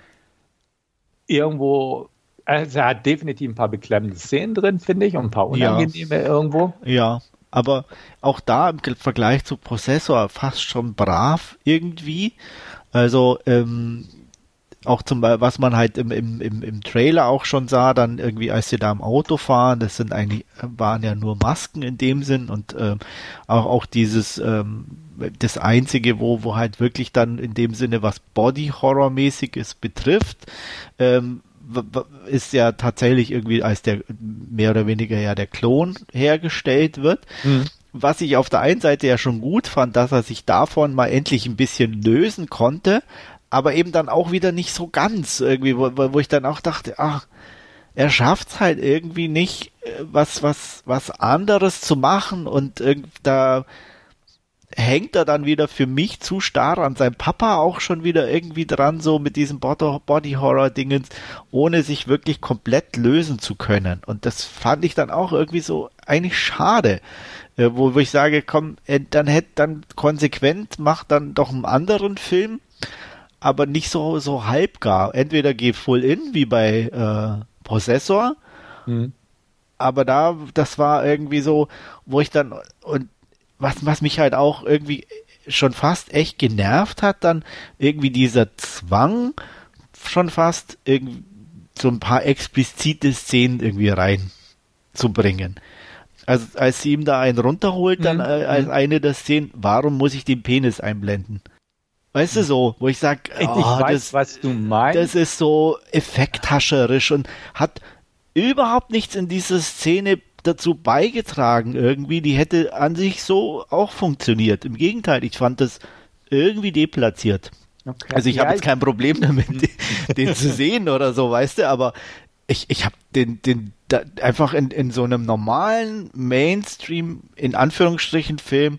irgendwo, also er hat definitiv ein paar beklemmende Szenen drin, finde ich, und ein paar unangenehme ja. irgendwo. Ja, aber auch da im Vergleich zu Prozessor fast schon brav irgendwie. Also, ähm, auch zum Beispiel, was man halt im, im, im, im Trailer auch schon sah, dann irgendwie, als sie da im Auto fahren, das sind eigentlich, waren ja nur Masken in dem Sinn und ähm, auch, auch dieses, ähm, das Einzige, wo, wo halt wirklich dann in dem Sinne was Body-Horror-mäßiges betrifft, ähm, ist ja tatsächlich irgendwie, als der mehr oder weniger ja der Klon hergestellt wird. Mhm. Was ich auf der einen Seite ja schon gut fand, dass er sich davon mal endlich ein bisschen lösen konnte, aber eben dann auch wieder nicht so ganz irgendwie, wo, wo ich dann auch dachte, ach, er schafft's halt irgendwie nicht, was, was, was anderes zu machen und irgend, da hängt er dann wieder für mich zu starr an seinem Papa auch schon wieder irgendwie dran, so mit diesem Body-Horror-Dingens, ohne sich wirklich komplett lösen zu können. Und das fand ich dann auch irgendwie so eigentlich schade, äh, wo, wo ich sage, komm, äh, dann hätte dann konsequent, macht dann doch einen anderen Film, aber nicht so, so halbgar. Entweder geh full in, wie bei äh, Possessor, mhm. aber da, das war irgendwie so, wo ich dann, und was, was mich halt auch irgendwie schon fast echt genervt hat, dann irgendwie dieser Zwang, schon fast irgendwie so ein paar explizite Szenen irgendwie reinzubringen. Also als sie ihm da einen runterholt, mhm. dann äh, als eine der Szenen, warum muss ich den Penis einblenden? Weißt du, so, wo ich sag, ich oh, weiß, das, was du meinst. Das ist so effekthascherisch und hat überhaupt nichts in dieser Szene dazu beigetragen irgendwie. Die hätte an sich so auch funktioniert. Im Gegenteil, ich fand das irgendwie deplatziert. Okay. Also ich ja, habe jetzt kein Problem damit, den, den zu sehen oder so, weißt du, aber ich, ich habe den, den da, einfach in, in so einem normalen Mainstream, in Anführungsstrichen, Film,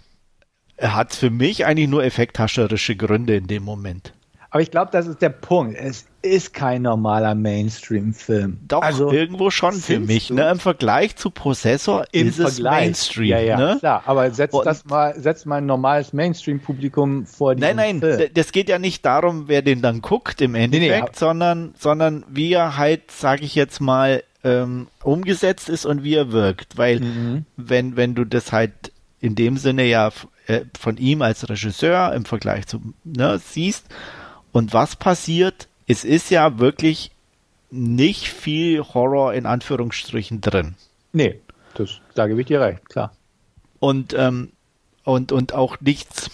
hat für mich eigentlich nur effekthascherische Gründe in dem Moment. Aber ich glaube, das ist der Punkt. Es ist kein normaler Mainstream-Film. Doch, also, irgendwo schon für mich. Ne? Im Vergleich zu Prozessor Im ist Vergleich. es Mainstream. Ja, ja, ne? klar. Aber setz das mal, setz mal ein normales Mainstream-Publikum vor die. Nein, nein, Film. Das geht ja nicht darum, wer den dann guckt im Endeffekt, nee, nee, sondern, sondern wie er halt, sage ich jetzt mal, ähm, umgesetzt ist und wie er wirkt. Weil mhm. wenn, wenn du das halt in dem Sinne ja äh, von ihm als Regisseur im Vergleich zu ne, siehst, und was passiert? Es ist ja wirklich nicht viel Horror in Anführungsstrichen drin. Nee, das, da gebe ich dir recht, klar. Und, ähm, und, und auch nichts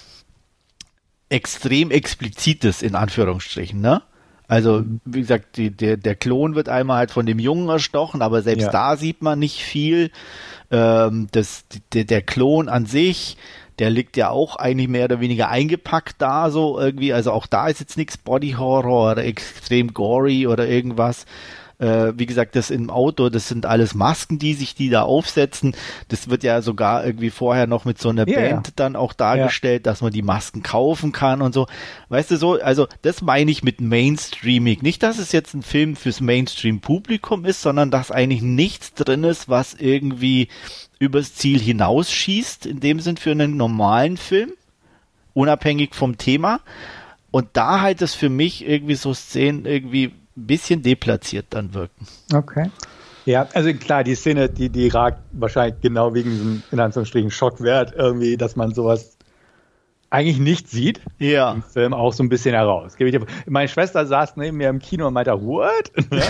extrem Explizites in Anführungsstrichen, ne? Also, mhm. wie gesagt, die, der, der Klon wird einmal halt von dem Jungen erstochen, aber selbst ja. da sieht man nicht viel. Ähm, das, der, der Klon an sich, der liegt ja auch eigentlich mehr oder weniger eingepackt da, so irgendwie. Also auch da ist jetzt nichts Body Horror oder extrem gory oder irgendwas. äh, wie gesagt, das im Auto, das sind alles Masken, die sich die da aufsetzen. Das wird ja sogar irgendwie vorher noch mit so einer ja, Band ja. dann auch dargestellt, ja. dass man die Masken kaufen kann und so. Weißt du so, also das meine ich mit Mainstreaming. Nicht, dass es jetzt ein Film fürs Mainstream-Publikum ist, sondern dass eigentlich nichts drin ist, was irgendwie übers Ziel hinausschießt, in dem Sinn für einen normalen Film, unabhängig vom Thema. Und da halt das für mich irgendwie so Szenen irgendwie ein bisschen deplatziert dann wirken. Okay. Ja, also klar, die Szene, die, die ragt wahrscheinlich genau wegen diesem, in Anführungsstrichen, Schockwert irgendwie, dass man sowas eigentlich nicht sieht, ja. im Film auch so ein bisschen heraus. Meine Schwester saß neben mir im Kino und meinte, what?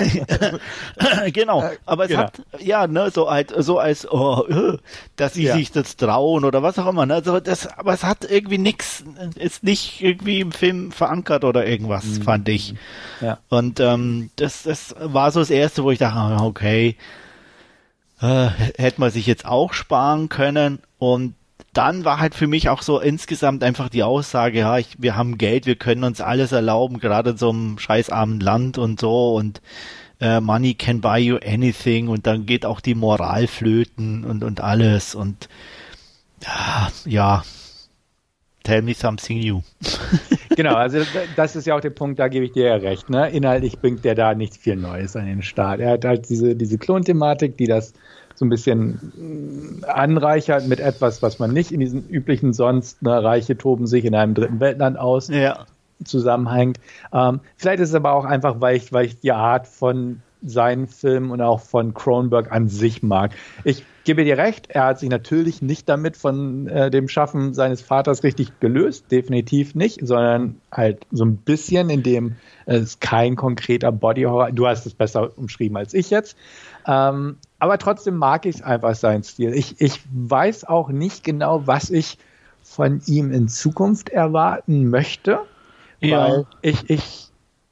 Genau, aber es genau. hat, ja, ne, so halt, so als, oh, dass sie ja. sich das trauen oder was auch immer, ne, so das, aber es hat irgendwie nichts, ist nicht irgendwie im Film verankert oder irgendwas, mhm. fand ich. Ja. Und ähm, das, das war so das Erste, wo ich dachte, okay, äh, hätte man sich jetzt auch sparen können. Und dann war halt für mich auch so insgesamt einfach die Aussage, ja, ich, wir haben Geld, wir können uns alles erlauben, gerade in so einem scheißarmen Land und so, und äh, Money can buy you anything, und dann geht auch die Moral flöten und, und alles, und ja, ja, tell me something new. Genau, also das ist ja auch der Punkt, da gebe ich dir ja recht, ne? Inhaltlich bringt der da nichts viel Neues an den Start. Er hat halt diese, diese Klonthematik, die das so ein bisschen anreichert mit etwas, was man nicht in diesen üblichen sonst, ne, Reiche toben sich in einem dritten Weltland aus, ja. zusammenhängt. Ähm, vielleicht ist es aber auch einfach, weil ich, weil ich die Art von seinen Filmen und auch von Cronenberg an sich mag. Ich gebe dir recht, er hat sich natürlich nicht damit von äh, dem Schaffen seines Vaters richtig gelöst, definitiv nicht, sondern halt so ein bisschen, indem es kein konkreter Body-Horror, du hast es besser umschrieben als ich jetzt, ähm, aber trotzdem mag ich einfach seinen Stil. Ich, ich weiß auch nicht genau, was ich von ihm in Zukunft erwarten möchte, ja. weil ich, ich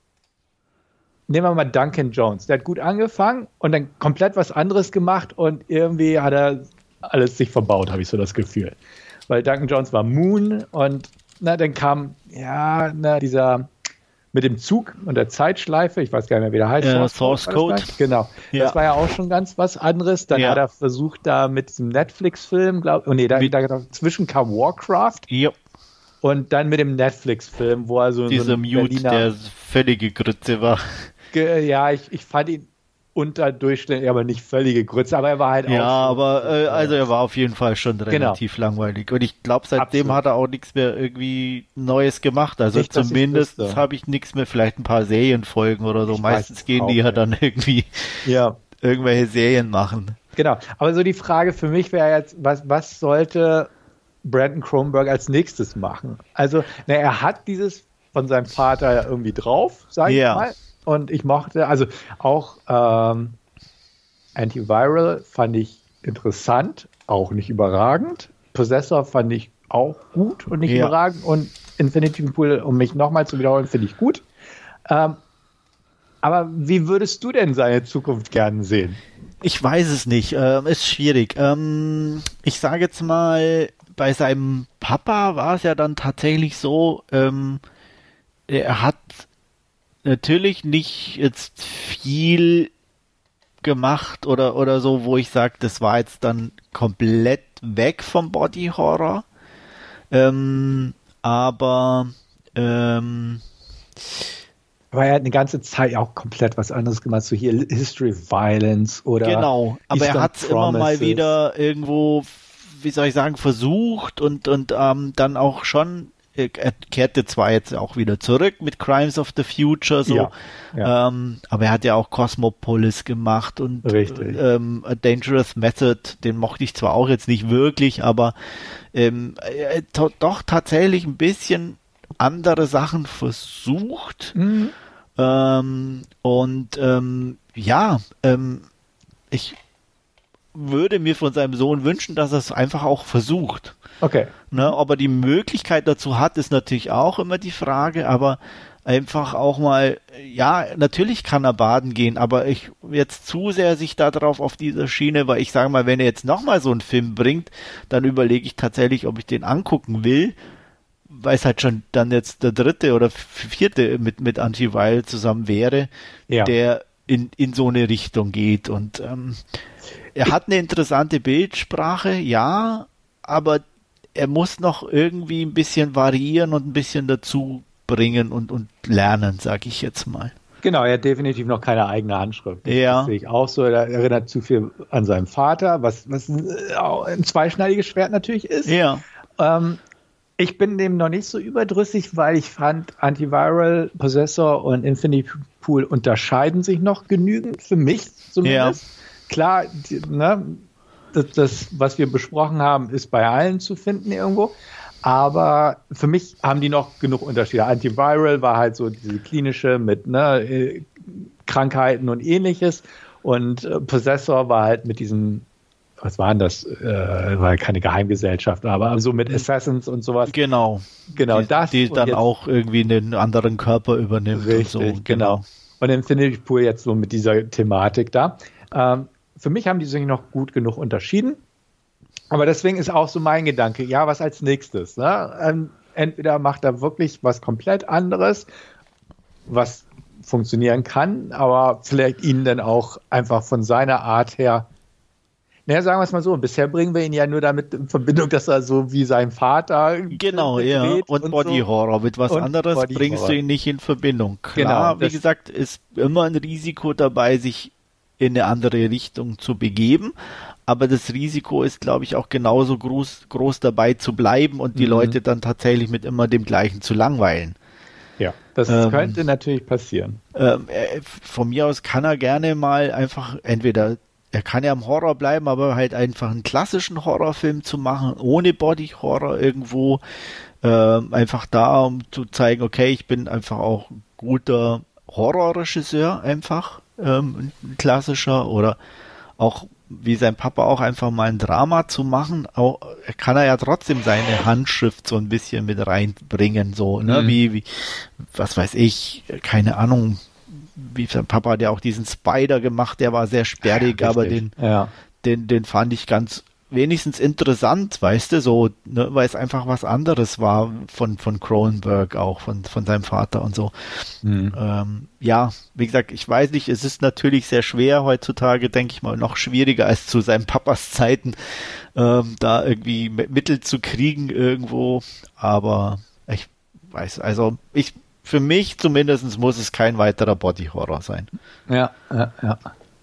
nehmen wir mal Duncan Jones. Der hat gut angefangen und dann komplett was anderes gemacht und irgendwie hat er alles sich verbaut, habe ich so das Gefühl. Weil Duncan Jones war Moon und na, dann kam ja na, dieser mit dem Zug und der Zeitschleife, ich weiß gar nicht mehr, wie der heißt. Ja, Source Code. Source Code. Genau. Ja. Das war ja auch schon ganz was anderes. Dann ja. hat er versucht, da mit diesem Netflix-Film, glaube ich, oh nee, da, da dazwischen kam Warcraft. Ja. Und dann mit dem Netflix-Film, wo er so Dieser so ein Mute, Berliner, der völlige Grütze war. Ja, ich, ich fand ihn unterdurchschnittlich, aber nicht völlige Grütze, aber er war halt auch. Ja, aber äh, also er war auf jeden Fall schon relativ genau. langweilig. Und ich glaube, seitdem Absolut. hat er auch nichts mehr irgendwie Neues gemacht. Also nicht, zumindest habe ich nichts mehr, vielleicht ein paar Serienfolgen oder so. Ich Meistens gehen die ja nicht. dann irgendwie ja. irgendwelche Serien machen. Genau, aber so die Frage für mich wäre jetzt, was, was sollte Brandon Cronenberg als nächstes machen? Also, na, er hat dieses von seinem Vater ja irgendwie drauf, sag ich ja. mal. Und ich mochte, also auch ähm, Antiviral fand ich interessant, auch nicht überragend. Possessor fand ich auch gut und nicht ja. überragend. Und Infinity Pool, um mich nochmal zu wiederholen, finde ich gut. Ähm, aber wie würdest du denn seine Zukunft gerne sehen? Ich weiß es nicht, ähm, ist schwierig. Ähm, ich sage jetzt mal, bei seinem Papa war es ja dann tatsächlich so, ähm, er hat natürlich nicht jetzt viel gemacht oder, oder so, wo ich sage, das war jetzt dann komplett weg vom Body Horror. Ähm, aber ähm, aber er hat eine ganze Zeit auch komplett was anderes gemacht, so hier History Violence oder genau, aber Eastern er hat es immer mal wieder irgendwo, wie soll ich sagen, versucht und, und ähm, dann auch schon. Er kehrte zwar jetzt auch wieder zurück mit Crimes of the Future, so, ja, ja. Ähm, aber er hat ja auch Cosmopolis gemacht und ähm, A Dangerous Method, den mochte ich zwar auch jetzt nicht wirklich, aber ähm, äh, to- doch tatsächlich ein bisschen andere Sachen versucht. Mhm. Ähm, und ähm, ja, ähm, ich würde mir von seinem Sohn wünschen, dass er es einfach auch versucht. Okay. Ne, ob er die Möglichkeit dazu hat, ist natürlich auch immer die Frage, aber einfach auch mal, ja, natürlich kann er baden gehen, aber ich jetzt zu sehr sich da drauf auf dieser Schiene, weil ich sage mal, wenn er jetzt nochmal so einen Film bringt, dann überlege ich tatsächlich, ob ich den angucken will, weil es halt schon dann jetzt der dritte oder vierte mit, mit Antiviral zusammen wäre, ja. der in, in so eine Richtung geht. Und ähm, er hat eine interessante Bildsprache, ja, aber er muss noch irgendwie ein bisschen variieren und ein bisschen dazu bringen und, und lernen, sage ich jetzt mal. Genau, er hat definitiv noch keine eigene Handschrift. Das, ja. das sehe ich auch so. Er erinnert zu viel an seinen Vater, was, was ein, ein zweischneidiges Schwert natürlich ist. Ja. Ähm, ich bin dem noch nicht so überdrüssig, weil ich fand, Antiviral, Possessor und Infinity Pool unterscheiden sich noch genügend, für mich zumindest. Ja. Klar, die, ne, das, das, was wir besprochen haben, ist bei allen zu finden irgendwo. Aber für mich haben die noch genug Unterschiede. Antiviral war halt so diese klinische mit ne, Krankheiten und ähnliches. Und äh, Possessor war halt mit diesen, was waren das? Äh, war keine Geheimgesellschaft, aber so mit Assassins und sowas. Genau. Genau die, das. Die dann jetzt, auch irgendwie einen anderen Körper übernimmt. Richtig, und so. Genau. Und Infinity Pool jetzt so mit dieser Thematik da. Ähm, für mich haben die sich noch gut genug unterschieden. Aber deswegen ist auch so mein Gedanke, ja, was als nächstes? Ne? Ähm, entweder macht er wirklich was komplett anderes, was funktionieren kann, aber vielleicht ihn dann auch einfach von seiner Art her, naja, sagen wir es mal so, bisher bringen wir ihn ja nur damit in Verbindung, dass er so wie sein Vater genau, ja, und, und Body so. Horror, mit was und anderes Body bringst Horror. Du ihn nicht in Verbindung. Klar, genau, wie gesagt, ist immer ein Risiko dabei, sich in eine andere Richtung zu begeben. Aber das Risiko ist, glaube ich, auch genauso groß, groß dabei zu bleiben und die mhm. Leute dann tatsächlich mit immer dem Gleichen zu langweilen. Ja, das ähm, könnte natürlich passieren. Ähm, äh, von mir aus kann er gerne mal einfach, entweder, er kann ja im Horror bleiben, aber halt einfach einen klassischen Horrorfilm zu machen, ohne Body-Horror irgendwo, ähm, einfach da, um zu zeigen, okay, ich bin einfach auch ein guter Horrorregisseur einfach, ähm, ein klassischer oder auch wie sein Papa auch einfach mal ein Drama zu machen, auch, kann er ja trotzdem seine Handschrift so ein bisschen mit reinbringen, so, ne, mhm. wie, wie, was weiß ich, keine Ahnung, wie sein Papa hat ja auch diesen Spider gemacht, der war sehr sperrig, ja, aber den, ja. den, den fand ich ganz wenigstens interessant, weißt du, so, ne, weil es einfach was anderes war von, von Cronenberg auch, von, von seinem Vater und so. Mhm. Ähm, ja, wie gesagt, ich weiß nicht, es ist natürlich sehr schwer heutzutage, denke ich mal, noch schwieriger als zu seinem Papas Zeiten, ähm, da irgendwie Mittel zu kriegen irgendwo, aber ich weiß, also ich, für mich zumindest muss es kein weiterer Body-Horror sein. Ja, ja, ja.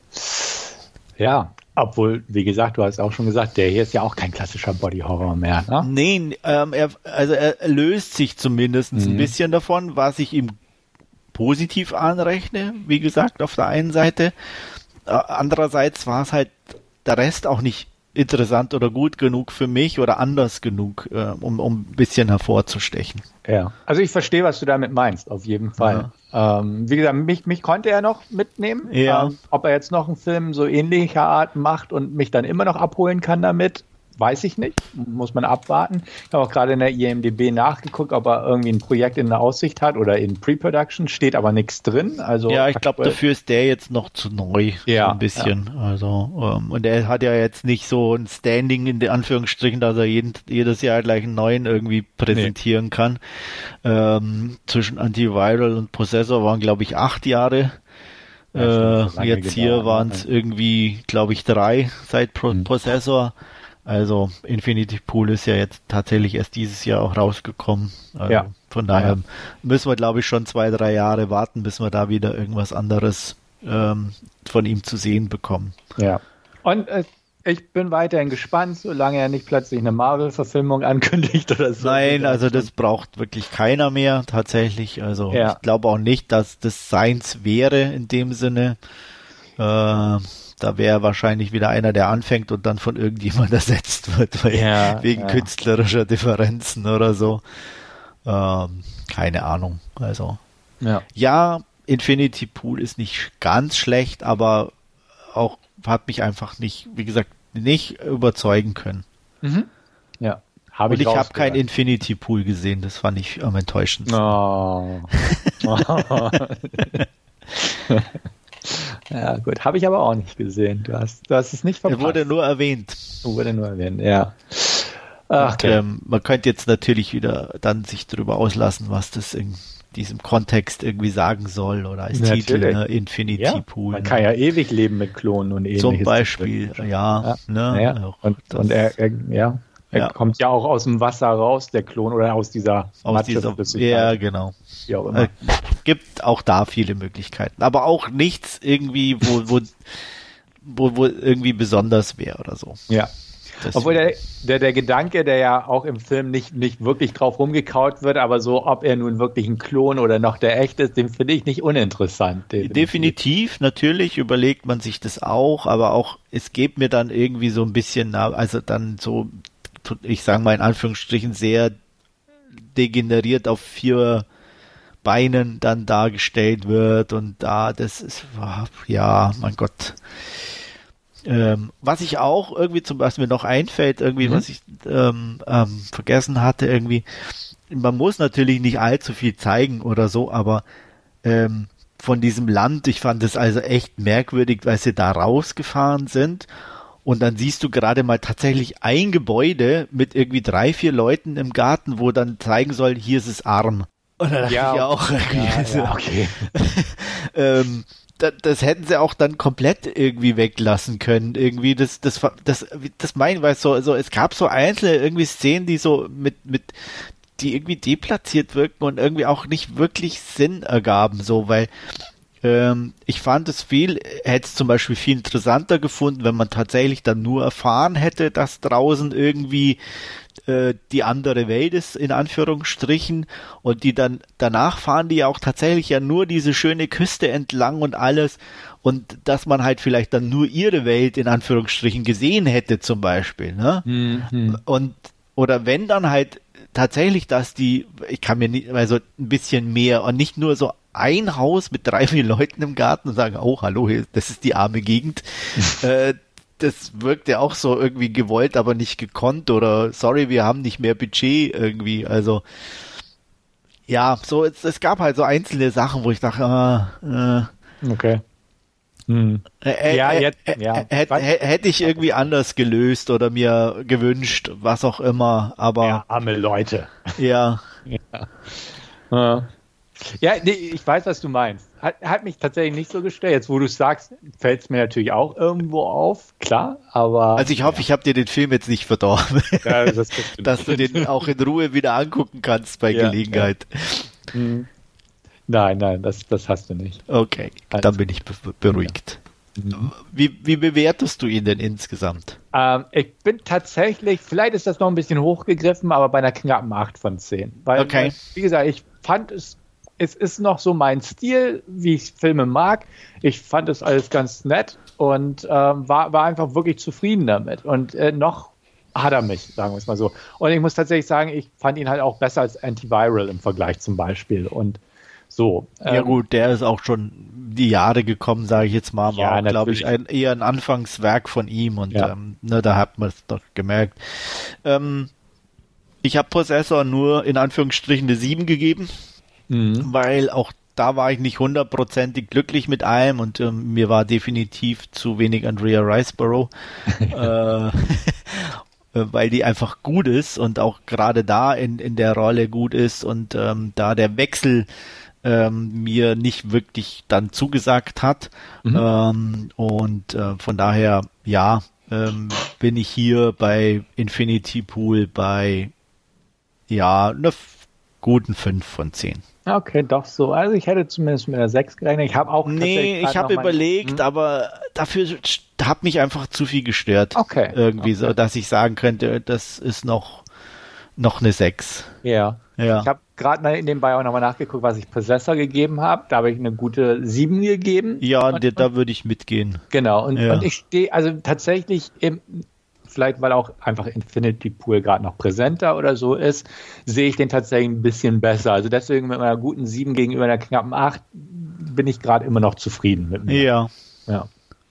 Ja, obwohl, wie gesagt, du hast auch schon gesagt, der hier ist ja auch kein klassischer Body-Horror mehr, ne? Nee, ähm, er, also er löst sich zumindest mhm. ein bisschen davon, was ich ihm positiv anrechne, wie gesagt, auf der einen Seite. Äh, andererseits war es halt der Rest auch nicht interessant oder gut genug für mich oder anders genug, äh, um, um ein bisschen hervorzustechen. Ja, also ich verstehe, was du damit meinst, auf jeden Fall. Ja. Ähm, wie gesagt, mich, mich konnte er noch mitnehmen. Ja. Ähm, ob er jetzt noch einen Film so ähnlicher Art macht und mich dann immer noch abholen kann damit, weiß ich nicht. Muss man abwarten. Ich habe auch gerade in der I M D B nachgeguckt, ob er irgendwie ein Projekt in der Aussicht hat oder in Pre-Production. Steht aber nichts drin. Also ja, ich glaube, dafür ist der jetzt noch zu neu. Ja, so ein bisschen. Ja. Also, ähm, und er hat ja jetzt nicht so ein Standing in den Anführungsstrichen, dass er jeden, jedes Jahr gleich einen neuen irgendwie präsentieren nee. kann. Ähm, zwischen Antiviral und Possessor waren, glaube ich, acht Jahre. Ja, äh, jetzt hier waren es irgendwie, glaube ich, drei seit Pro- hm. Possessor. Also Infinity Pool ist ja jetzt tatsächlich erst dieses Jahr auch rausgekommen. Also ja. Von daher ja. müssen wir, glaube ich, schon zwei, drei Jahre warten, bis wir da wieder irgendwas anderes ähm, von ihm zu sehen bekommen. Ja. Und äh, ich bin weiterhin gespannt, solange er nicht plötzlich eine Marvel-Verfilmung ankündigt oder so. Nein, also das braucht wirklich keiner mehr tatsächlich. Also ja. ich glaube auch nicht, dass das seins wäre in dem Sinne. Äh, Da wäre wahrscheinlich wieder einer, der anfängt und dann von irgendjemand ersetzt wird, weil ja, wegen ja. künstlerischer Differenzen oder so. Ähm, keine Ahnung. Also ja. ja, Infinity Pool ist nicht ganz schlecht, aber auch hat mich einfach nicht, wie gesagt, nicht überzeugen können. Mhm. Ja. Hab und ich, ich habe kein Infinity Pool gesehen, das fand ich am enttäuschendsten. Oh. Ja, gut. Habe ich aber auch nicht gesehen. Du hast, du hast es nicht verpasst. Er wurde nur erwähnt. Wurde nur erwähnt, ja. Ach, okay. Und, ähm, man könnte jetzt natürlich wieder dann sich darüber auslassen, was das in, diesem Kontext irgendwie sagen soll oder als Natürlich. Titel, ne? Infinity ja, Pool. Man ne? kann ja ewig leben mit Klonen und ähnliches. Zum Beispiel, ja. ja. Ne? ja. Und, und er, er, ja, er ja. kommt ja auch aus dem Wasser raus, der Klon, oder aus dieser aus dieser Ja, genau. Wie auch immer. Äh, gibt auch da viele Möglichkeiten. Aber auch nichts irgendwie, wo, wo, wo, wo irgendwie besonders wäre oder so. Ja. Deswegen. Obwohl der, der, der Gedanke, der ja auch im Film nicht, nicht wirklich drauf rumgekaut wird, aber so, ob er nun wirklich ein Klon oder noch der echte ist, den finde ich nicht uninteressant. Definitiv. definitiv, natürlich überlegt man sich das auch, aber auch, es geht mir dann irgendwie so ein bisschen, also dann so, ich sage mal in Anführungsstrichen, sehr degeneriert auf vier Beinen dann dargestellt wird und da, das ist, ja, mein Gott. Ähm, was ich auch irgendwie zum Beispiel noch einfällt, irgendwie, mhm. was ich ähm, ähm, vergessen hatte, irgendwie, man muss natürlich nicht allzu viel zeigen oder so, aber ähm, von diesem Land, ich fand es also echt merkwürdig, weil sie da rausgefahren sind und dann siehst du gerade mal tatsächlich ein Gebäude mit irgendwie drei, vier Leuten im Garten, wo dann zeigen soll, hier ist es arm. Und dann dachte ja, ich auch irgendwie, ja, so, ja, okay. ähm, Das, das hätten sie auch dann komplett irgendwie weglassen können. Irgendwie, das, das, das, das mein, weil so, so, es gab so einzelne irgendwie Szenen, die so mit, mit, die irgendwie deplatziert wirken und irgendwie auch nicht wirklich Sinn ergaben, so, weil, ähm, ich fand es viel, hätte es zum Beispiel viel interessanter gefunden, wenn man tatsächlich dann nur erfahren hätte, dass draußen irgendwie die andere Welt ist, in Anführungsstrichen, und die dann, danach fahren die ja auch tatsächlich ja nur diese schöne Küste entlang und alles, und dass man halt vielleicht dann nur ihre Welt, in Anführungsstrichen, gesehen hätte zum Beispiel, ne? Mhm. Und, oder wenn dann halt tatsächlich, dass die, ich kann mir nicht, also ein bisschen mehr und nicht nur so ein Haus mit drei, vier Leuten im Garten und sagen, oh, hallo, das ist die arme Gegend, äh, das wirkt ja auch so irgendwie gewollt, aber nicht gekonnt oder sorry, wir haben nicht mehr Budget irgendwie. Also ja, so es, es gab halt so einzelne Sachen, wo ich dachte, ah, äh, okay. Hm. Äh, ja, äh, jetzt, äh, ja. Hätte hätt ich irgendwie anders gelöst oder mir gewünscht, was auch immer, aber ja, arme Leute. Ja. ja. ja. Ja, nee, ich weiß, was du meinst. Hat, hat mich tatsächlich nicht so gestellt. Jetzt, wo du es sagst, fällt es mir natürlich auch irgendwo auf, klar, aber... Also ich hoffe, ja. ich habe dir den Film jetzt nicht verdorben, ja, das dass du den auch in Ruhe wieder angucken kannst bei ja, Gelegenheit. Ja. Hm. Nein, nein, das, das hast du nicht. Okay, also, dann bin ich be- beruhigt. Ja. Mhm. Wie, wie bewertest du ihn denn insgesamt? Ähm, ich bin tatsächlich, vielleicht ist das noch ein bisschen hochgegriffen, aber bei einer knappen acht von zehn. Weil, okay. weil, wie gesagt, ich fand es Es ist noch so mein Stil, wie ich Filme mag. Ich fand es alles ganz nett und ähm, war, war einfach wirklich zufrieden damit. Und äh, noch hat er mich, sagen wir es mal so. Und ich muss tatsächlich sagen, ich fand ihn halt auch besser als Antiviral im Vergleich zum Beispiel. Und so. Ähm, ja gut, der ist auch schon die Jahre gekommen, sage ich jetzt mal. War, ja, glaube ich, ein, eher ein Anfangswerk von ihm. Und ja. ähm, ne, da hat man es doch gemerkt. Ähm, ich habe Possessor nur in Anführungsstrichen eine sieben gegeben. Mhm. Weil auch da war ich nicht hundertprozentig glücklich mit allem und ähm, mir war definitiv zu wenig Andrea Riseborough, äh, weil die einfach gut ist und auch gerade da in, in der Rolle gut ist und ähm, da der Wechsel ähm, mir nicht wirklich dann zugesagt hat. Mhm. Ähm, und äh, von daher, ja, ähm, bin ich hier bei Infinity Pool bei, ja, einer guten fünf von zehn. Okay, doch so. Also ich hätte zumindest mit einer sechs gerechnet. Ich habe auch Nee, ich habe überlegt, mein... aber dafür hat mich einfach zu viel gestört. Okay. Irgendwie okay. so, dass ich sagen könnte, das ist noch, noch eine sechs. Ja. ja. Ich habe gerade nebenbei auch nochmal nachgeguckt, was ich Possessor gegeben habe. Da habe ich eine gute sieben gegeben. Ja, und, da, da würde ich mitgehen. Genau. Und, ja. und ich stehe also tatsächlich im vielleicht weil auch einfach Infinity Pool gerade noch präsenter oder so ist, sehe ich den tatsächlich ein bisschen besser. Also deswegen mit einer guten sieben gegenüber einer knappen acht bin ich gerade immer noch zufrieden mit mir. Ja. Ja.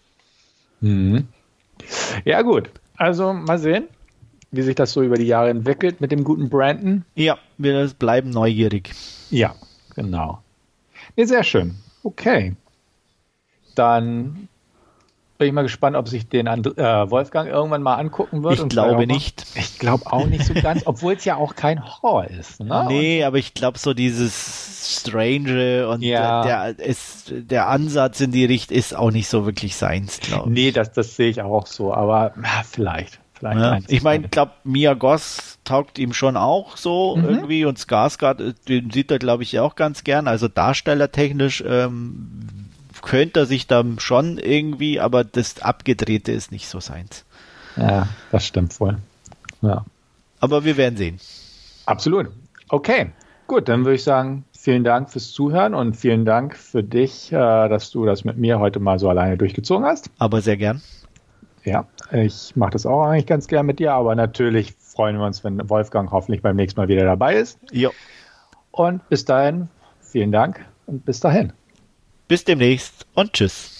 Mhm. Ja gut, also mal sehen, wie sich das so über die Jahre entwickelt mit dem guten Brandon. Ja, wir bleiben neugierig. Ja, genau. Nee, sehr schön. Okay. Dann bin ich mal gespannt, ob sich den And- äh, Wolfgang irgendwann mal angucken wird. Ich und glaube vielleicht auch mal- nicht. Ich glaube auch nicht so ganz, obwohl es ja auch kein Horror ist. Ne? Nee, aber ich glaube so dieses Strange und Ja. der, ist, der Ansatz in die Richtung ist auch nicht so wirklich seins, glaube ich. Nee, das, das sehe ich auch so, aber ja, vielleicht. vielleicht Ja. eins, Ich meine, zwei. ich glaube, Mia Goth taugt ihm schon auch so Mhm. irgendwie und Skarsgård, den sieht er, glaube ich, auch ganz gern. Also darstellertechnisch ähm, könnte er sich da schon irgendwie, aber das Abgedrehte ist nicht so seins. Ja, das stimmt wohl. Ja, Aber wir werden sehen. absolut. Okay, gut, dann würde ich sagen, vielen Dank fürs Zuhören und vielen Dank für dich, äh, dass du das mit mir heute mal so alleine durchgezogen hast. Aber sehr gern. Ja, ich mache das auch eigentlich ganz gern mit dir, aber natürlich freuen wir uns, wenn Wolfgang hoffentlich beim nächsten Mal wieder dabei ist. Jo. Und bis dahin, vielen Dank und bis dahin. Bis demnächst und tschüss.